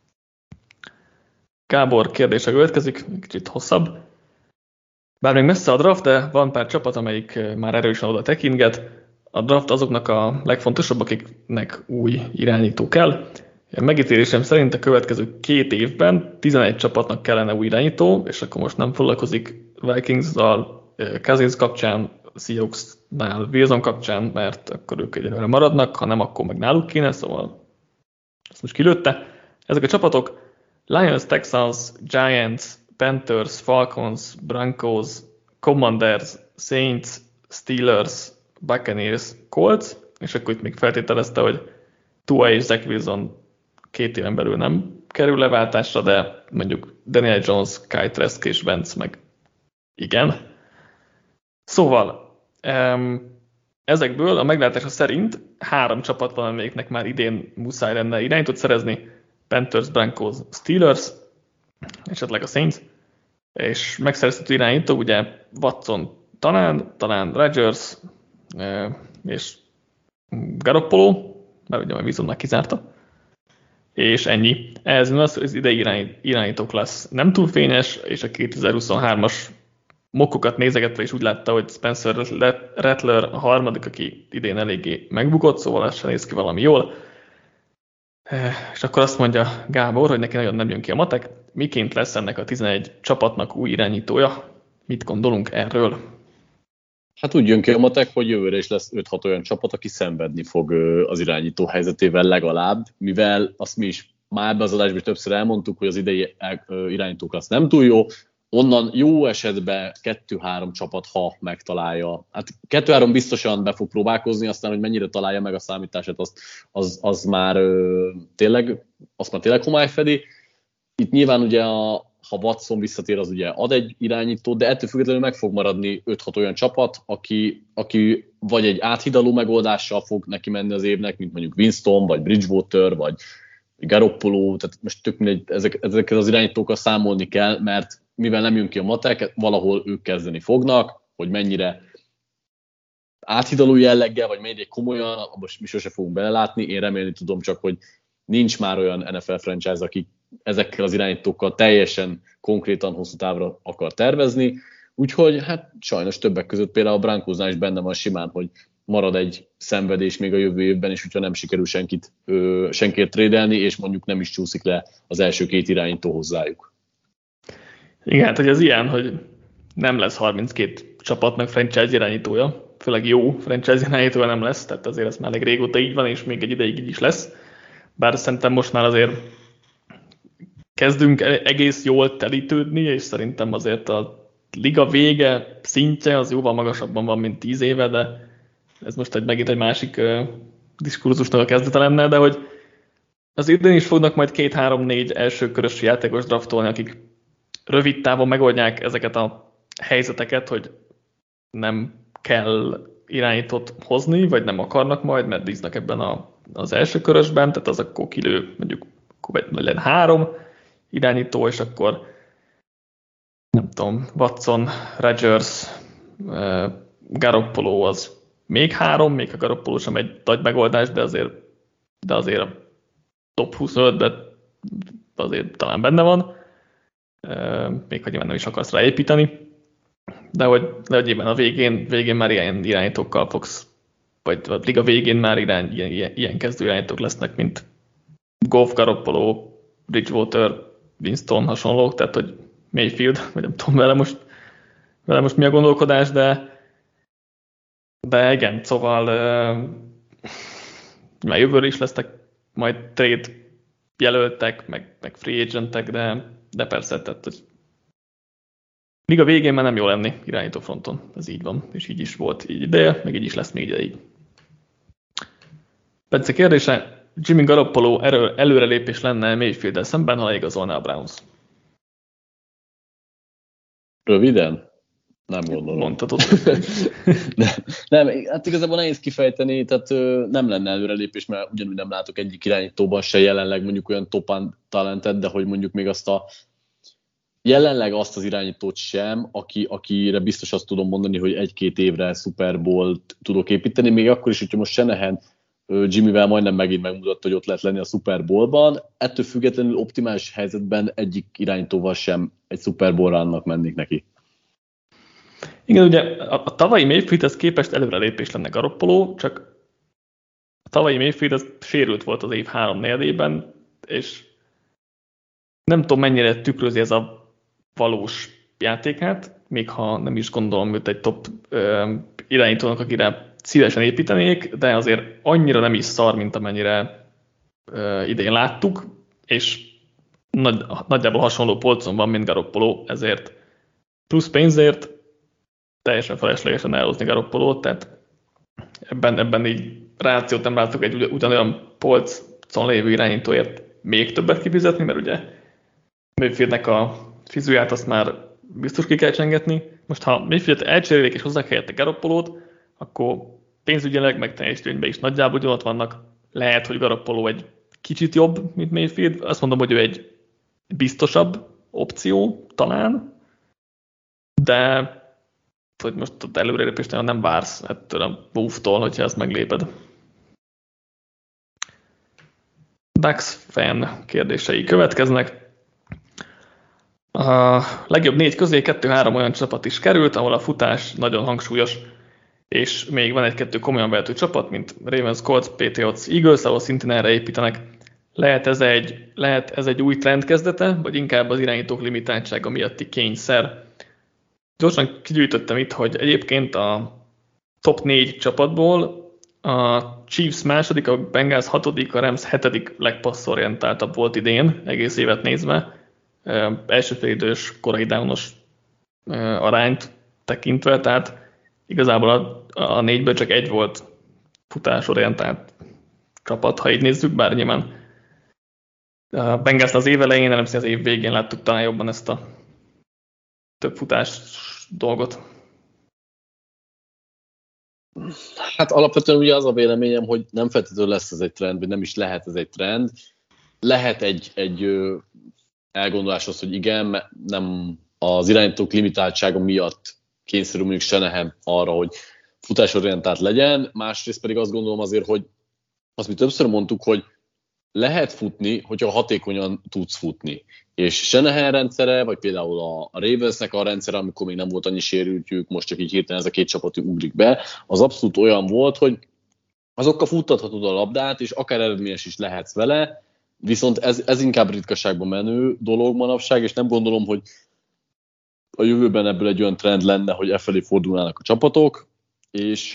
Gábor kérdése következik, kicsit hosszabb. Bár még messze a draft, de van pár csapat, amelyik már erősen oda tekintget. A draft azoknak a legfontosabb, akiknek új irányító kell. Megítélésem szerint a következő két évben tizenegy csapatnak kellene új irányító, és akkor most nem foglalkozik Vikings-zal, Cousins kapcsán, Seahawks-nál, Wilson kapcsán, mert akkor ők egyelőre maradnak, ha nem, akkor meg náluk kéne, szóval ezt most kilőtte. Ezek a csapatok Lions, Texans, Giants, Panthers, Falcons, Broncos, Commanders, Saints, Steelers, Buccaneers, Colts, és akkor itt még feltételezte, hogy Tua és Zach Wilson két éven belül nem kerül leváltásra, de mondjuk Daniel Jones, Kyle Trask és Wentz meg igen. Szóval ezekből a meglátása szerint három csapat van, amelyiknek már idén muszáj lenne irányítót szerezni, Panthers, Broncos, Steelers, esetleg a Saints, és megszerezhető irányító, ugye Watson talán, talán Rodgers, és Garoppolo, mert ugye már Wilson már kizárta. és ennyi. Ez az, az idei irányító klassz nem túl fényes, és a kétezer-huszonhármas mokkokat nézegetve is úgy látta, hogy Spencer Rattler a harmadik, aki idén eléggé megbukott, szóval ez sem néz ki valami jól. És akkor azt mondja Gábor, hogy neki nagyon nem jön ki a matek. Miként lesz ennek a tizenegy csapatnak új irányítója? Mit gondolunk erről? Hát úgy jön ki a matek, hogy jövőre is lesz öt-hat olyan csapat, aki szenvedni fog az irányító helyzetével legalább, mivel azt mi is már ebben az adásban is többször elmondtuk, hogy az idei irányítók lesz nem túl jó, onnan jó esetben kettő-három csapat, ha megtalálja. Hát kettő-három biztosan be fog próbálkozni, aztán, hogy mennyire találja meg a számítását, az, az, az már ö, tényleg, azt már tényleg homály fedi. Itt nyilván ugye, a, ha Watson visszatér, az ugye ad egy irányítót, de ettől függetlenül meg fog maradni öt-hat olyan csapat, aki, aki vagy egy áthidaló megoldással fog neki menni az évnek, mint mondjuk Winston, vagy Bridgewater, vagy Garoppolo, tehát most tök mindegy, ezek, ezeket az irányítókkal számolni kell, mert mivel nem jön ki a matek, valahol ők kezdeni fognak, hogy mennyire áthidaló jelleggel, vagy mennyire komolyan, most mi sose fogunk belelátni, én remélni tudom csak, hogy nincs már olyan en ef el franchise, aki ezekkel az irányítókkal teljesen konkrétan hosszú távra akar tervezni, úgyhogy hát sajnos többek között például a Broncosnál is benne van simán, hogy marad egy szenvedés még a jövő évben, és hogyha nem sikerül senkit, ö, senkit trédelni, és mondjuk nem is csúszik le az első két irányító hozzájuk. Igen, hát hogy az ilyen, hogy nem lesz harminckét csapatnak franchise irányítója, főleg jó franchise irányítója nem lesz, tehát azért ez már elég régóta így van, és még egy ideig így is lesz. Bár szerintem most már azért kezdünk egész jól telítődni, és szerintem azért a liga vége szintje az jóval magasabban van, mint tíz éve, de ez most egy, megint egy másik uh, diskurzusnak a kezdete lenne, de hogy az idén is fognak majd két-három-négy elsőkörös játékos draftolni, akik rövid távon megoldják ezeket a helyzeteket, hogy nem kell irányítót hozni, vagy nem akarnak majd, mert bíznak ebben a, az első körösben, tehát az akkor kilő, mondjuk akkor legyen három irányító, és akkor nem tudom, Watson, Rodgers, uh, Garoppolo az még három, még a Garoppolo sem egy nagy megoldás, de azért, de azért a top huszonötben azért talán benne van, még hogy nem is akarsz ráépíteni, de hogy, de hogy a végén, végén már ilyen irányítókkal fogsz, vagy a liga végén már irány, ilyen, ilyen kezdő irányítók lesznek, mint Goff, Garoppolo, Bridgewater, Winston, hasonlók, tehát hogy Mayfield, vagy nem tudom vele most, vele most mi a gondolkodás, de de igen, szóval uh, már jövőre is lesznek majd trade jelöltek, meg, meg free agentek, de, de persze, tehát hogy liga végén már nem jó lenni irányító fronton, ez így van, és így is volt így ideje, meg így is lesz még ideig. Bence kérdése, Jimmy Garoppolo erő, előrelépés lenne Mayfield-del szemben, ha igazolná a Browns? Röviden? Nem gondolom. Mondhatod. nem, nem, hát igazából nehéz kifejteni, tehát ö, nem lenne előrelépés, mert ugyanúgy nem látok egyik irányítóban se jelenleg mondjuk olyan top talentet, de hogy mondjuk még azt a jelenleg azt az irányítót sem, aki, akire biztos azt tudom mondani, hogy egy-két évre Super Bowl-t tudok építeni, még akkor is, hogyha most Shanahan Jimmyvel majdnem megint megmutatta, hogy ott lehet lenni a Super Bowl-ban. Ettől függetlenül optimális helyzetben egyik irányítóval sem egy Super Bowl-rannak mennék neki. Igen, ugye a, a tavalyi Mayfieldhez képest előrelépés lenne Garoppolo, csak a tavalyi Mayfield az sérült volt az év három negyedében, és nem tudom, mennyire tükrözi ez a valós játékát, még ha nem is gondolom őt egy top ö, irányítónak, akire szívesen építenék, de azért annyira nem is szar, mint amennyire ö, idén láttuk, és nagy, nagyjából hasonló polcon van, mint Garoppolo, ezért plusz pénzért teljesen feleslegesen elhozni Garoppolót, tehát ebben, ebben így rációt nem látok egy ugyanolyan polcon lévő irányítóért még többet kifizetni, mert ugye Mayfieldnek a fizuját azt már biztos ki kell csengetni. Most ha Mayfield elcserélik és hozzák helyette Garoppolót, akkor pénzügyileg meg teljesítményben is nagyjából ugyanott vannak. Lehet, hogy Garoppolo egy kicsit jobb, mint Mayfield. Azt mondom, hogy ő egy biztosabb opció talán, de hogy most ott előrelépést nem vársz ettől a move-tól, hogyha ezt megléped. Ducks fan kérdései következnek. A legjobb négy közé kettő-három olyan csapat is került, ahol a futás nagyon hangsúlyos, és még van egy-kettő komolyan vehető csapat, mint Ravens, Colts, Patriots, Eagles, ahol szintén erre építenek. Lehet ez egy, lehet ez egy új trend kezdete, vagy inkább az irányítók limitáltsága miatti kényszer? Gyorsan kigyűjtöttem itt, hogy egyébként a top négy csapatból a Chiefs második, a Bengals hatodik, a Rams hetedik legpasszorientáltabb volt idén, egész évet nézve. Első félidős, korai downos arányt tekintve, tehát igazából a, a négyből csak egy volt futásorientált csapat, ha így nézzük, bár nyilván a Bengals az év elején, nem az év végén láttuk talán jobban ezt a több futás dolgot. Hát alapvetően ugye az a véleményem, hogy nem feltétlenül lesz ez egy trend, vagy nem is lehet ez egy trend. Lehet egy, egy elgondolás az, hogy igen, nem az irányítók limitáltsága miatt kényszerül mondjuk Shanahan arra, hogy futásorientált legyen, másrészt pedig azt gondolom azért, hogy azt mi többször mondtuk, hogy lehet futni, hogyha hatékonyan tudsz futni. És Shanahan rendszere, vagy például a Ravensnek a rendszere, amikor még nem volt annyi sérültjük, most csak így hirtelen ez a két csapat ugrik be, az abszolút olyan volt, hogy azokkal futtathatod a labdát, és akár eredményes is lehetsz vele, viszont ez, ez inkább ritkaságban menő dolog manapság, és nem gondolom, hogy a jövőben ebből egy olyan trend lenne, hogy e felé fordulnának a csapatok, és...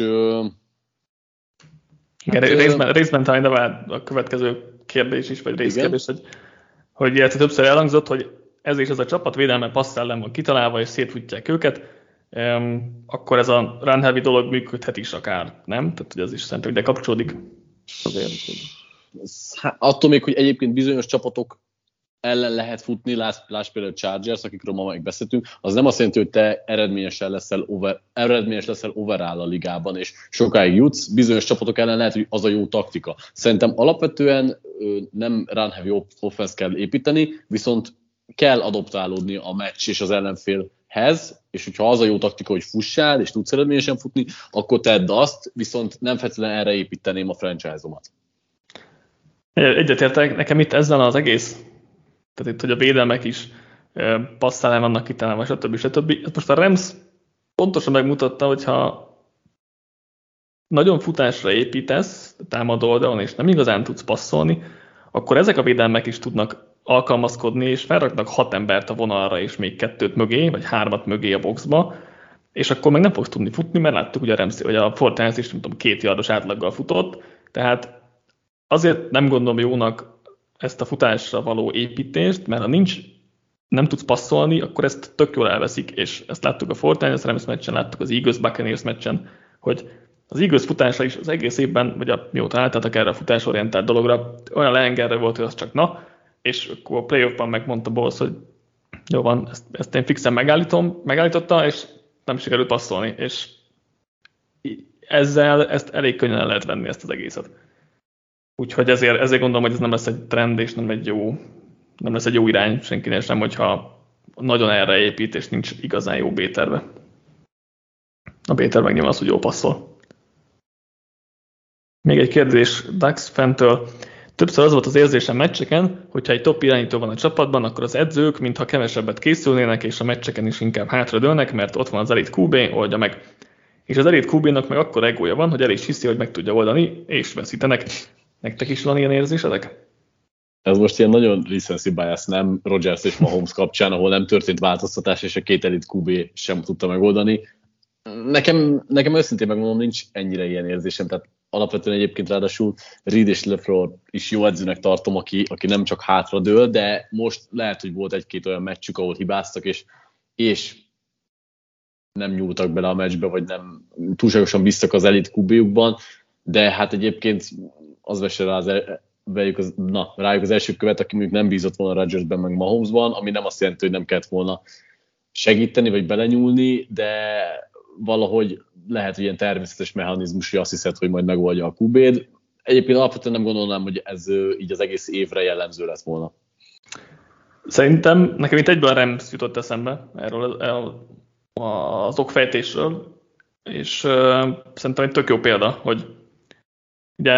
Hát, részben, részben talán a következő kérdés is, vagy részkérdés, hogy, hogy illetve többször elhangzott, hogy ez és ez a csapat védelme passz ellen van kitalálva, és szétfutják őket, um, akkor ez a run heavy dolog működhet is akár, nem? Tehát hogy az is szerintem ide kapcsolódik. Azért. Hát, attól még, hogy egyébként bizonyos csapatok ellen lehet futni, láss, láss például Chargers, akikről ma még beszéltünk, az nem azt jelenti, hogy te eredményesen leszel over, eredményes leszel overall a ligában, és sokáig jutsz, bizonyos csapatok ellen lehet, hogy az a jó taktika. Szerintem alapvetően nem run heavy offense kell építeni, viszont kell adoptálódni a meccs és az ellenfélhez, és hogyha az a jó taktika, hogy fussál, és tudsz eredményesen futni, akkor tedd azt, viszont nem feltétlenül erre építeném a franchise-omat. Egyetértek, nekem itt ezzel az egész, tehát itt, hogy a védelmek is passzálán vannak kitalálva, stb. stb. Most a Rams pontosan megmutatta, hogyha nagyon futásra építesz támadó oldalon, és nem igazán tudsz passzolni, akkor ezek a védelmek is tudnak alkalmazkodni, és felraknak hat embert a vonalra, és még kettőt mögé, vagy hármat mögé a boxba, és akkor meg nem fogsz tudni futni, mert láttuk, hogy a Rams, vagy a Fortnite is, nem tudom, két yardos átlaggal futott, tehát azért nem gondolom jónak ezt a futásra való építést, mert ha nincs, nem tudsz passzolni, akkor ezt tök jól elveszik, és ezt láttuk a Fortnite Rams meccsen, láttuk az Eagles Buccaneers meccsen, hogy az Eagles futása is az egész évben, vagy a, mióta álltatok erre a futásorientált dologra, olyan leengerre volt, hogy az csak na, és akkor a playoffban megmondta Bowles, hogy jó van, ezt, ezt én fixen megállítom, megállította, és nem sikerült passzolni, és ezzel ezt elég könnyen el lehet venni, ezt az egészet. Úgyhogy ezért, ezért gondolom, hogy ez nem lesz egy trend, és nem egy jó, nem lesz egy jó irány senkinél sem, hogyha nagyon erre épít, és nincs igazán jó B-terve. A B-terv meg nyilván az, hogy jól passzol. Még egy kérdés Dax fentől. Többször az volt az érzésem meccseken, hogyha egy top irányító van a csapatban, akkor az edzők, mintha kevesebbet készülnének, és a meccseken is inkább hátradőlnek, mert ott van az elit kú bé, oldja meg. És az elit kú bénak meg akkor egója van, hogy el is hiszi, hogy meg tudja oldani, és veszítenek. Nektek is van ilyen érzésedek? Ez most ilyen nagyon recency bias, nem Rodgers és Mahomes kapcsán, ahol nem történt változtatás, és a két elit kú bé sem tudta megoldani. Nekem, nekem őszintén megmondom, nincs ennyire ilyen érzésem, tehát alapvetően egyébként ráadásul Reed és LeFleur is jó edzőnek tartom, aki, aki nem csak hátradől, de most lehet, hogy volt egy-két olyan meccsük, ahol hibáztak, és, és nem nyúltak bele a meccsbe, vagy nem túlságosan bíztak az elit kú béjukban, de hát egyébként az vesse rá az, az, na, rájuk az első követ, aki mondjuk nem bízott volna Rodgersben, meg Mahomesban, ami nem azt jelenti, hogy nem kellett volna segíteni, vagy belenyúlni, de valahogy lehet, hogy ilyen természetes mechanizmus, hogy azt hiszed, hogy majd megoldja a kú béd. Egyébként alapvetően nem gondolnám, hogy ez így az egész évre jellemző lett volna. Szerintem nekem itt egyből a Rams jutott eszembe erről az okfejtésről, és uh, szerintem egy tök jó példa, hogy ugye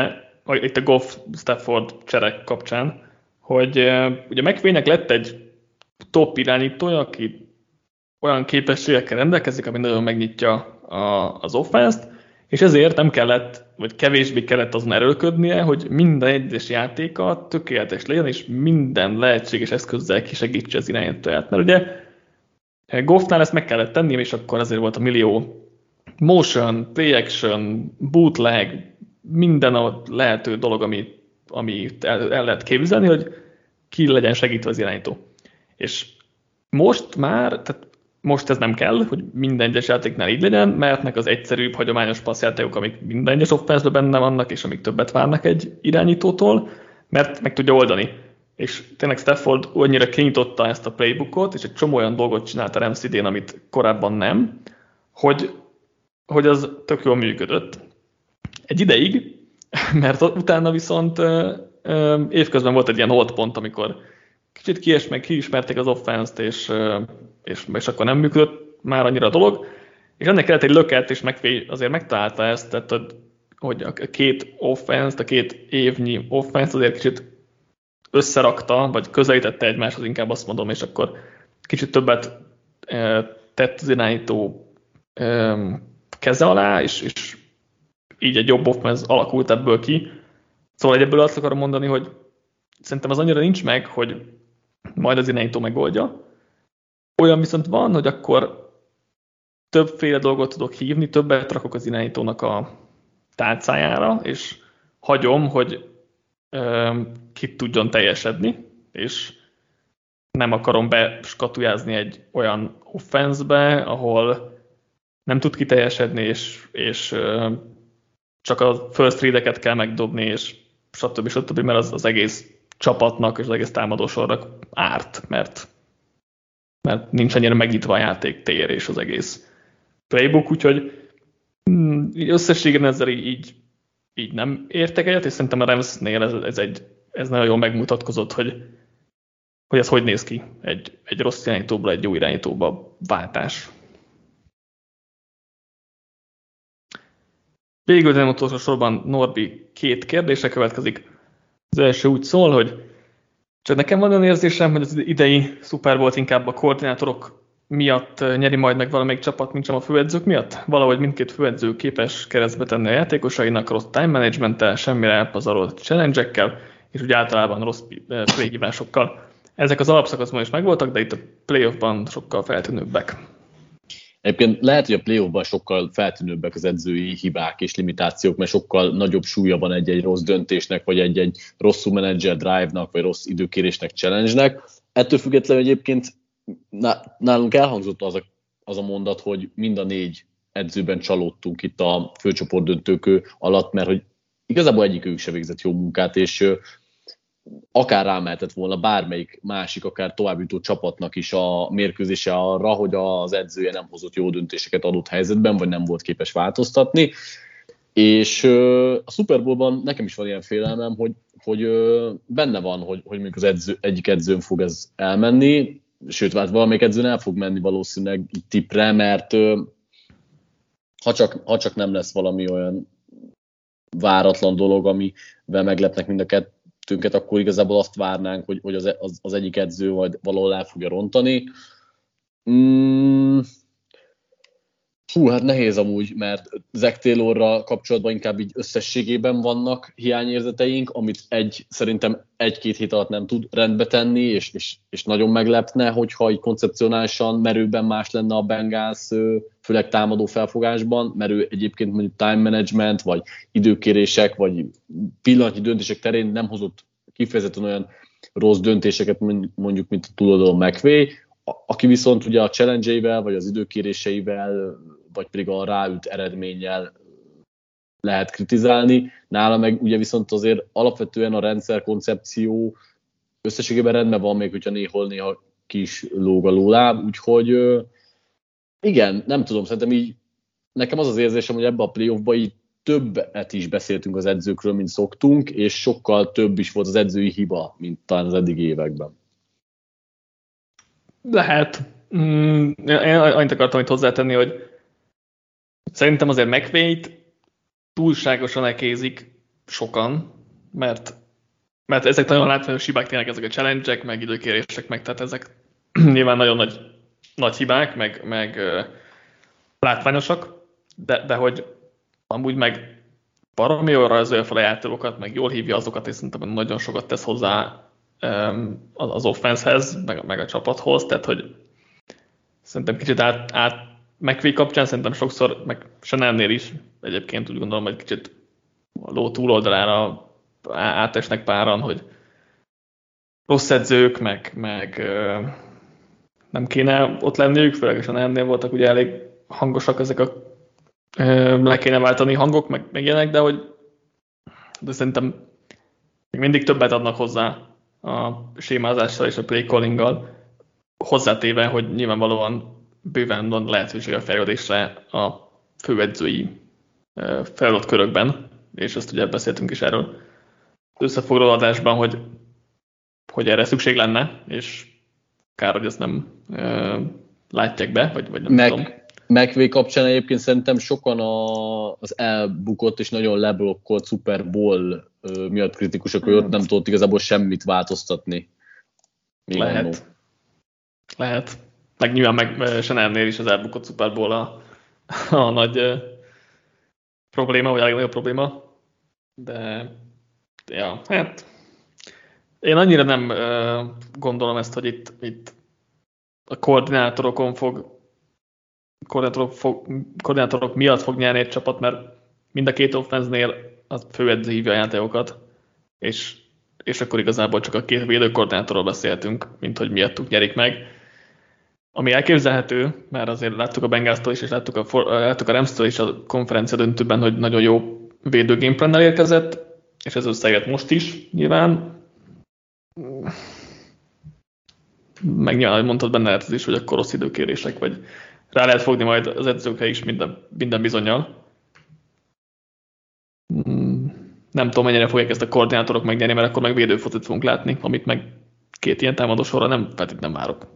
itt a Goff-Stafford cserek kapcsán, hogy ugye McVaynek lett egy top irányítója, aki olyan képességekkel rendelkezik, ami nagyon megnyitja a, az offense-t, és ezért nem kellett, vagy kevésbé kellett azon erőlködnie, hogy minden egyes játéka tökéletes legyen, és minden lehetséges eszközzel kisegítse az irányítóját. Mert ugye Goffnál ezt meg kellett tenni, és akkor azért volt a millió motion, play action, bootleg, minden a lehető dolog, ami, amit el, el lehet képzelni, hogy ki legyen segítve az irányító. És most már, tehát most ez nem kell, hogy minden egyes játéknál így legyen, mehetnek az egyszerűbb, hagyományos passzjátékok, amik minden egyes offense-ben benne vannak, és amik többet várnak egy irányítótól, mert meg tudja oldani. És tényleg Stafford annyira kinyitotta ezt a playbookot, és egy csomó olyan dolgot csinált a Rams idén, amit korábban nem, hogy, hogy az tök jól működött. Egy ideig, mert utána viszont évközben volt egy ilyen holdpont, amikor kicsit kies, meg kiismerték az offense-t, és, és, és akkor nem működött már annyira a dolog, és ennek kellett egy löket, és McVay azért megtalálta ezt, tehát, hogy a két offense-t, a két évnyi offense-t azért kicsit összerakta, vagy közelítette egymáshoz, inkább azt mondom, és akkor kicsit többet tett az irányító keze alá, és, és így egy jobb offense alakult ebből ki. Szóval ebből azt akarom mondani, hogy szerintem az annyira nincs meg, hogy majd az irányító megoldja. Olyan viszont van, hogy akkor többféle dolgot tudok hívni, többet rakok az irányítónak a tálcájára, és hagyom, hogy ö, ki tudjon teljesedni, és nem akarom beskatujázni egy olyan offense-be, ahol nem tud kiteljesedni, és, és ö, csak a first read-eket kell megdobni, és stb. stb., mert az, az egész csapatnak és az egész támadósornak árt, mert, mert nincs annyira megnyitva a játék tér és az egész playbook, úgyhogy összességében ezzel így, így nem értek egyet, és szerintem a Ramsnél ez, ez, egy, ez nagyon jól megmutatkozott, hogy, hogy ez hogy néz ki egy, egy rossz irányítóból egy jó irányítóba váltás. Végül, de nem utolsó sorban Norbi két kérdése következik. Az első úgy szól, hogy csak nekem van olyan érzésem, hogy az idei Super Bowl inkább a koordinátorok miatt nyeri majd meg valamelyik csapat, mint sem a főedzők miatt. Valahogy mindkét főedző képes keresztbe tenni a játékosainak, rossz time managementtel, semmire elpazarolt challenge-ekkel, és úgy általában rossz play-hívásokkal. Ezek az alapszakaszban is megvoltak, de itt a playoffban sokkal feltűnőbbek. Egyébként lehet, hogy a playoffban sokkal feltűnőbbek az edzői hibák és limitációk, mert sokkal nagyobb súlya van egy-egy rossz döntésnek, vagy egy-egy rosszul menedzser drive-nak, vagy rossz időkérésnek, challenge-nek. Ettől függetlenül egyébként nálunk elhangzott az a, az a mondat, hogy mind a négy edzőben csalódtunk itt a főcsoport döntők alatt, mert hogy igazából egyikük se végzett jó munkát, és akár rámehetett volna bármelyik másik, akár továbbjutó csapatnak is a mérkőzése arra, hogy az edzője nem hozott jó döntéseket adott helyzetben, vagy nem volt képes változtatni. És a Super Bowlban nekem is van ilyen félelmem, hogy, hogy benne van, hogy, hogy mondjuk az edző, egyik edzőn fog ez elmenni, sőt, hát valamelyik edzőn el fog menni valószínűleg tippre, mert ha csak, ha csak nem lesz valami olyan váratlan dolog, amivel meglepnek mind a kettőnket, akkor igazából azt várnánk, hogy, hogy az, az, az egyik edző majd valahol el fogja rontani. Mm. Hú, hát nehéz amúgy, mert Zach Taylorral kapcsolatban inkább így összességében vannak hiányérzeteink, amit egy, szerintem egy-két hét alatt nem tud rendbe tenni, és, és, és nagyon meglepne, hogyha így koncepcionálisan merőben más lenne a Bengals, főleg támadó felfogásban, mert ő egyébként mondjuk time management, vagy időkérések, vagy pillanatnyi döntések terén nem hozott kifejezetten olyan rossz döntéseket, mondjuk, mint a túloldalon McVay, aki viszont ugye a challenge-eivel, vagy az időkéréseivel, vagy pedig a ráült eredménnyel lehet kritizálni. Nála meg ugye viszont azért alapvetően a rendszer koncepció összességében rendben van, még hogyha néhol-néha kis lóg a lóláb, úgyhogy igen, nem tudom, szerintem így nekem az az érzésem, hogy ebbe a playoffba így többet is beszéltünk az edzőkről, mint szoktunk, és sokkal több is volt az edzői hiba, mint talán az eddigi években. Lehet. Mm, én annyit akartam itt hozzátenni, hogy szerintem azért McVay-t túlságosan elkézik sokan, mert, mert ezek nagyon látványos hibák, tényleg ezek a challenge-ek, meg időkérések, meg tehát ezek nyilván nagyon nagy, nagy hibák, meg, meg uh, látványosak, de, de hogy amúgy meg baromi jól rajzolja fel a játékokat, meg jól hívja azokat, és szerintem nagyon sokat tesz hozzá um, az offensehez, meg, meg a csapathoz, tehát hogy szerintem kicsit át, át McVay kapcsán szerintem sokszor, meg Chanelnél is egyébként úgy gondolom, hogy kicsit a ló túloldalára átesnek páran, hogy rossz edzők, meg, meg uh, nem kéne ott lenniük, főleg a Chanelnél voltak ugye elég hangosak ezek a le kéne váltani hangok, meg, meg ilyenek, de hogy de szerintem még mindig többet adnak hozzá a sémázással és a play callinggal, hozzátéve, hogy nyilvánvalóan bőven van lehetőség a fejlődésre a főedzői feladatkörökben, és ezt ugye beszéltünk is erről összefoglaló adásban, hogy, hogy erre szükség lenne, és kár, hogy ezt nem uh, látják be, vagy, vagy nem meg, tudom. McVay kapcsán egyébként szerintem sokan a, az elbukott és nagyon leblokkolt Super Bowl ö, miatt kritikusok, hogy ott nem tudott igazából semmit változtatni. Mi Lehet. annó? Lehet. Meg nyilván meg Chanelnél is az elbukott Super Bowl a, a nagy ö, probléma, vagy a legnagyobb probléma. De, ja, hát én annyira nem ö, gondolom ezt, hogy itt, itt a koordinátorokon fog Koordinátorok, fog, koordinátorok miatt fog nyerni egy csapat, mert mind a két offense-nél a főedző hívja a játékokat, és, és akkor igazából csak a két védőkoordinátorról beszéltünk, mint hogy miattuk nyerik meg. Ami elképzelhető, mert azért láttuk a Bengalstól is, és láttuk a, láttuk a Ramstől is a konferencia döntőben, hogy nagyon jó védő gameplannel érkezett, és ez összejött most is nyilván. Meg nyilván, ahogy mondtad, benne lehet ez is, hogy akkor rossz időkérések, vagy rá lehet fogni majd az edzőkre is minden, minden bizonnyal. Nem tudom, mennyire fogják ezt a koordinátorok megnyerni, mert akkor meg védőfocit fogunk látni, amit meg két ilyen támadó sorra nem, nem várok.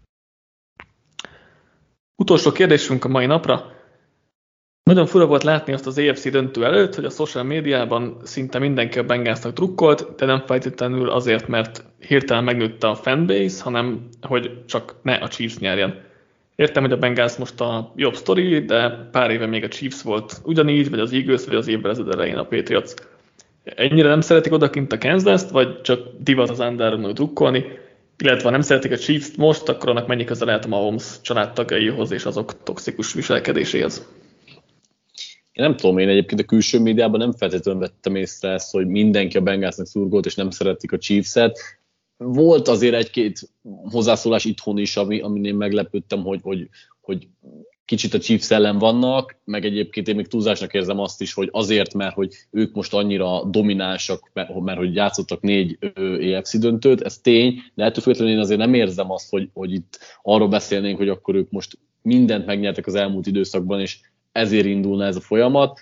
Utolsó kérdésünk a mai napra. Nagyon fura volt látni azt az á ef cé döntő előtt, hogy a social médiában szinte mindenki a Bengalsnak drukkolt, de nem feltétlenül azért, mert hirtelen megnőtt a fanbase, hanem hogy csak ne a Chiefs nyerjen. Értem, hogy a Bengals most a jobb sztori, de pár éve még a Chiefs volt ugyanígy, vagy az Eagles, vagy az évvel ezelőtt elején a Patriots. Ennyire nem szeretik odakint a Kansas-t, vagy csak divat az underdognak drukkolni, illetve ha nem szeretik a Chiefs-t most, akkor annak mennyi köze lehet a Mahomes családtagjaihoz és azok toxikus viselkedéséhez? Én nem tudom, én egyébként a külső médiában nem feltétlenül vettem észre ezt, hogy mindenki a Bengalsnak szurkolt, és nem szeretik a Chiefs-et. Volt azért egy-két hozzászólás itthon is, ami, amin én meglepődtem, hogy, hogy, hogy kicsit a Chiefs ellen vannak, meg egyébként én még túlzásnak érzem azt is, hogy azért, mert hogy ők most annyira dominánsak, mert, mert hogy játszottak négy á ef cé döntőt, ez tény, de ettől függetlenül én azért nem érzem azt, hogy, hogy itt arról beszélnénk, hogy akkor ők most mindent megnyertek az elmúlt időszakban, és ezért indulna ez a folyamat.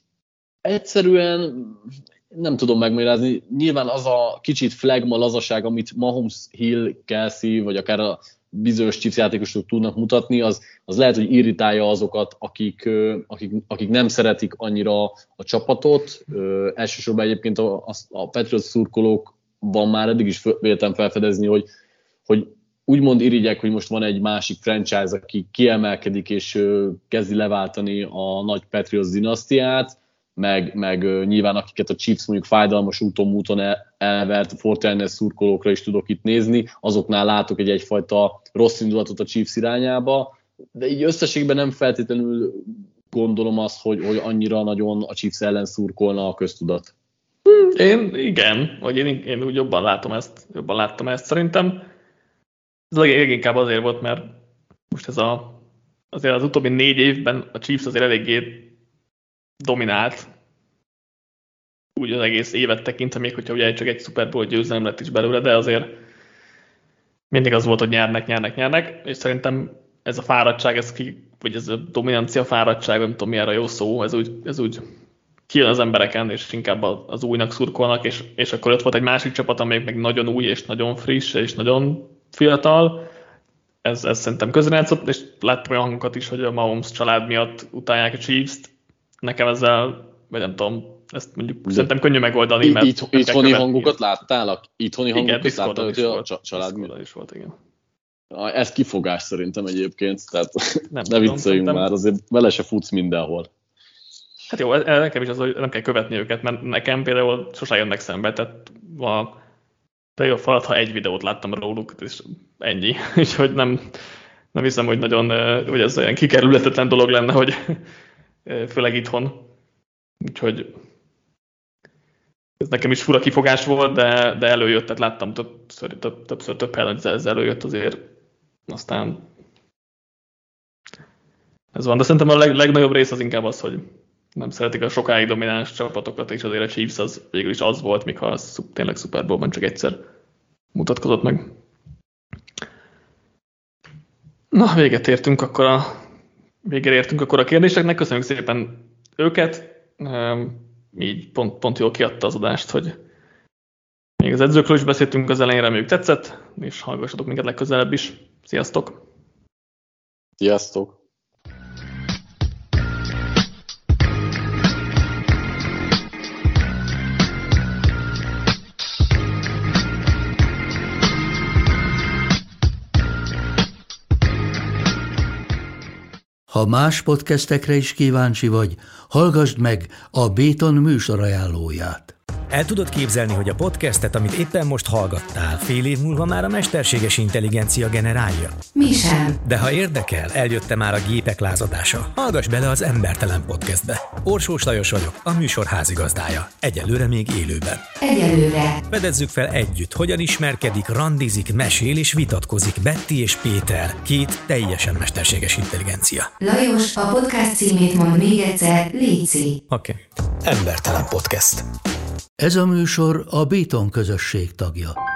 Egyszerűen nem tudom megmagyarázni. Nyilván az a kicsit flagma lazaság, amit Mahomes, Hill, Kelsey, vagy akár a bizonyos Chiefs játékosok tudnak mutatni, az, az lehet, hogy irritálja azokat, akik, akik, akik nem szeretik annyira a csapatot. Ö, elsősorban egyébként a, a, a Patriots szurkolókban már eddig is véltem felfedezni, hogy, hogy úgymond irigyek, hogy most van egy másik franchise, aki kiemelkedik és ö, kezdi leváltani a nagy Patriots dinasztiát, meg, meg uh, nyilván akiket a Chiefs mondjuk fájdalmas úton, múton el, elvert, a negyvenkilences szurkolókra is tudok itt nézni, azoknál látok egy egyfajta rossz indulatot a Chiefs irányába, de így összességben nem feltétlenül gondolom azt, hogy, hogy annyira nagyon a Chiefs ellen szurkolna a köztudat. Én igen, vagy én, én úgy jobban látom ezt, jobban láttam ezt szerintem. Ez leginkább azért volt, mert most ez a, azért az utóbbi négy évben a Chiefs azért eléggé dominált, úgy az egész évet tekintve, még hogyha ugye csak egy Super Bowl győzelem lett is belőle, de azért mindig az volt, hogy nyernek, nyernek, nyernek, és szerintem ez a fáradtság, ez ki, vagy ez a dominancia fáradtság, nem tudom mi erre jó szó, ez úgy, ez úgy kijön az embereken, és inkább az újnak szurkolnak, és, és akkor ott volt egy másik csapat, amelyik meg nagyon új, és nagyon friss, és nagyon fiatal. Ez, ez szerintem közrejátszott, és láttam olyan hangokat is, hogy a Mahomes család miatt utálják a Chiefs-t. Nekem ezzel vagy nem tudom, ezt mondjuk de szerintem könnyű megoldani, mert... Itt, itthoni hangokat láttál? Itthoni igen, hangokat láttál, hogy a család mi? is volt, igen. Ez kifogás szerintem egyébként, tehát nem ne vicceljünk már, azért vele se futsz mindenhol. Hát jó, nekem is az, hogy nem kell követni őket, mert nekem például sosem jönnek szembe, tehát a de jó falat, ha egy videót láttam róluk, és ennyi. És hogy nem, nem hiszem, hogy nagyon, hogy ez olyan kikerülhetetlen dolog lenne, hogy főleg itthon. Úgyhogy ez nekem is fura kifogás volt, de, de előjött, tehát láttam többször, több, többször több helyen, hogy ez előjött azért. Aztán ez van, de szerintem a leg, legnagyobb rész az inkább az, hogy nem szeretik a sokáig domináns csapatokat, és azért a Chiefs az végül is az volt, míg ha az tényleg Super Bowl-ban csak egyszer mutatkozott meg. Na, véget értünk akkor a végére értünk akkor a kérdéseknek. Köszönjük szépen őket. Így pont, pont jól kiadta az adást, hogy még az edzőkről is beszéltünk az elején, reméljük tetszett, és hallgassatok minket legközelebb is. Sziasztok! Sziasztok! Ha más podcastekre is kíváncsi vagy, hallgassd meg a Béton műsor ajánlóját. El tudod képzelni, hogy a podcastet, amit éppen most hallgattál, fél év múlva már a mesterséges intelligencia generálja? Mi sem. De ha érdekel, eljött már a gépek lázadása. Hallgass bele az Embertelen Podcastbe. Orsós Lajos vagyok, a műsor házigazdája. Egyelőre még élőben. Egyelőre. Fedezzük fel együtt, hogyan ismerkedik, randizik, mesél és vitatkozik Betty és Péter, két teljesen mesterséges intelligencia. Lajos, a podcast címét mond még egyszer, léci. Oké. Okay. Embertelen Podcast. Ez a műsor a Béton közösség tagja.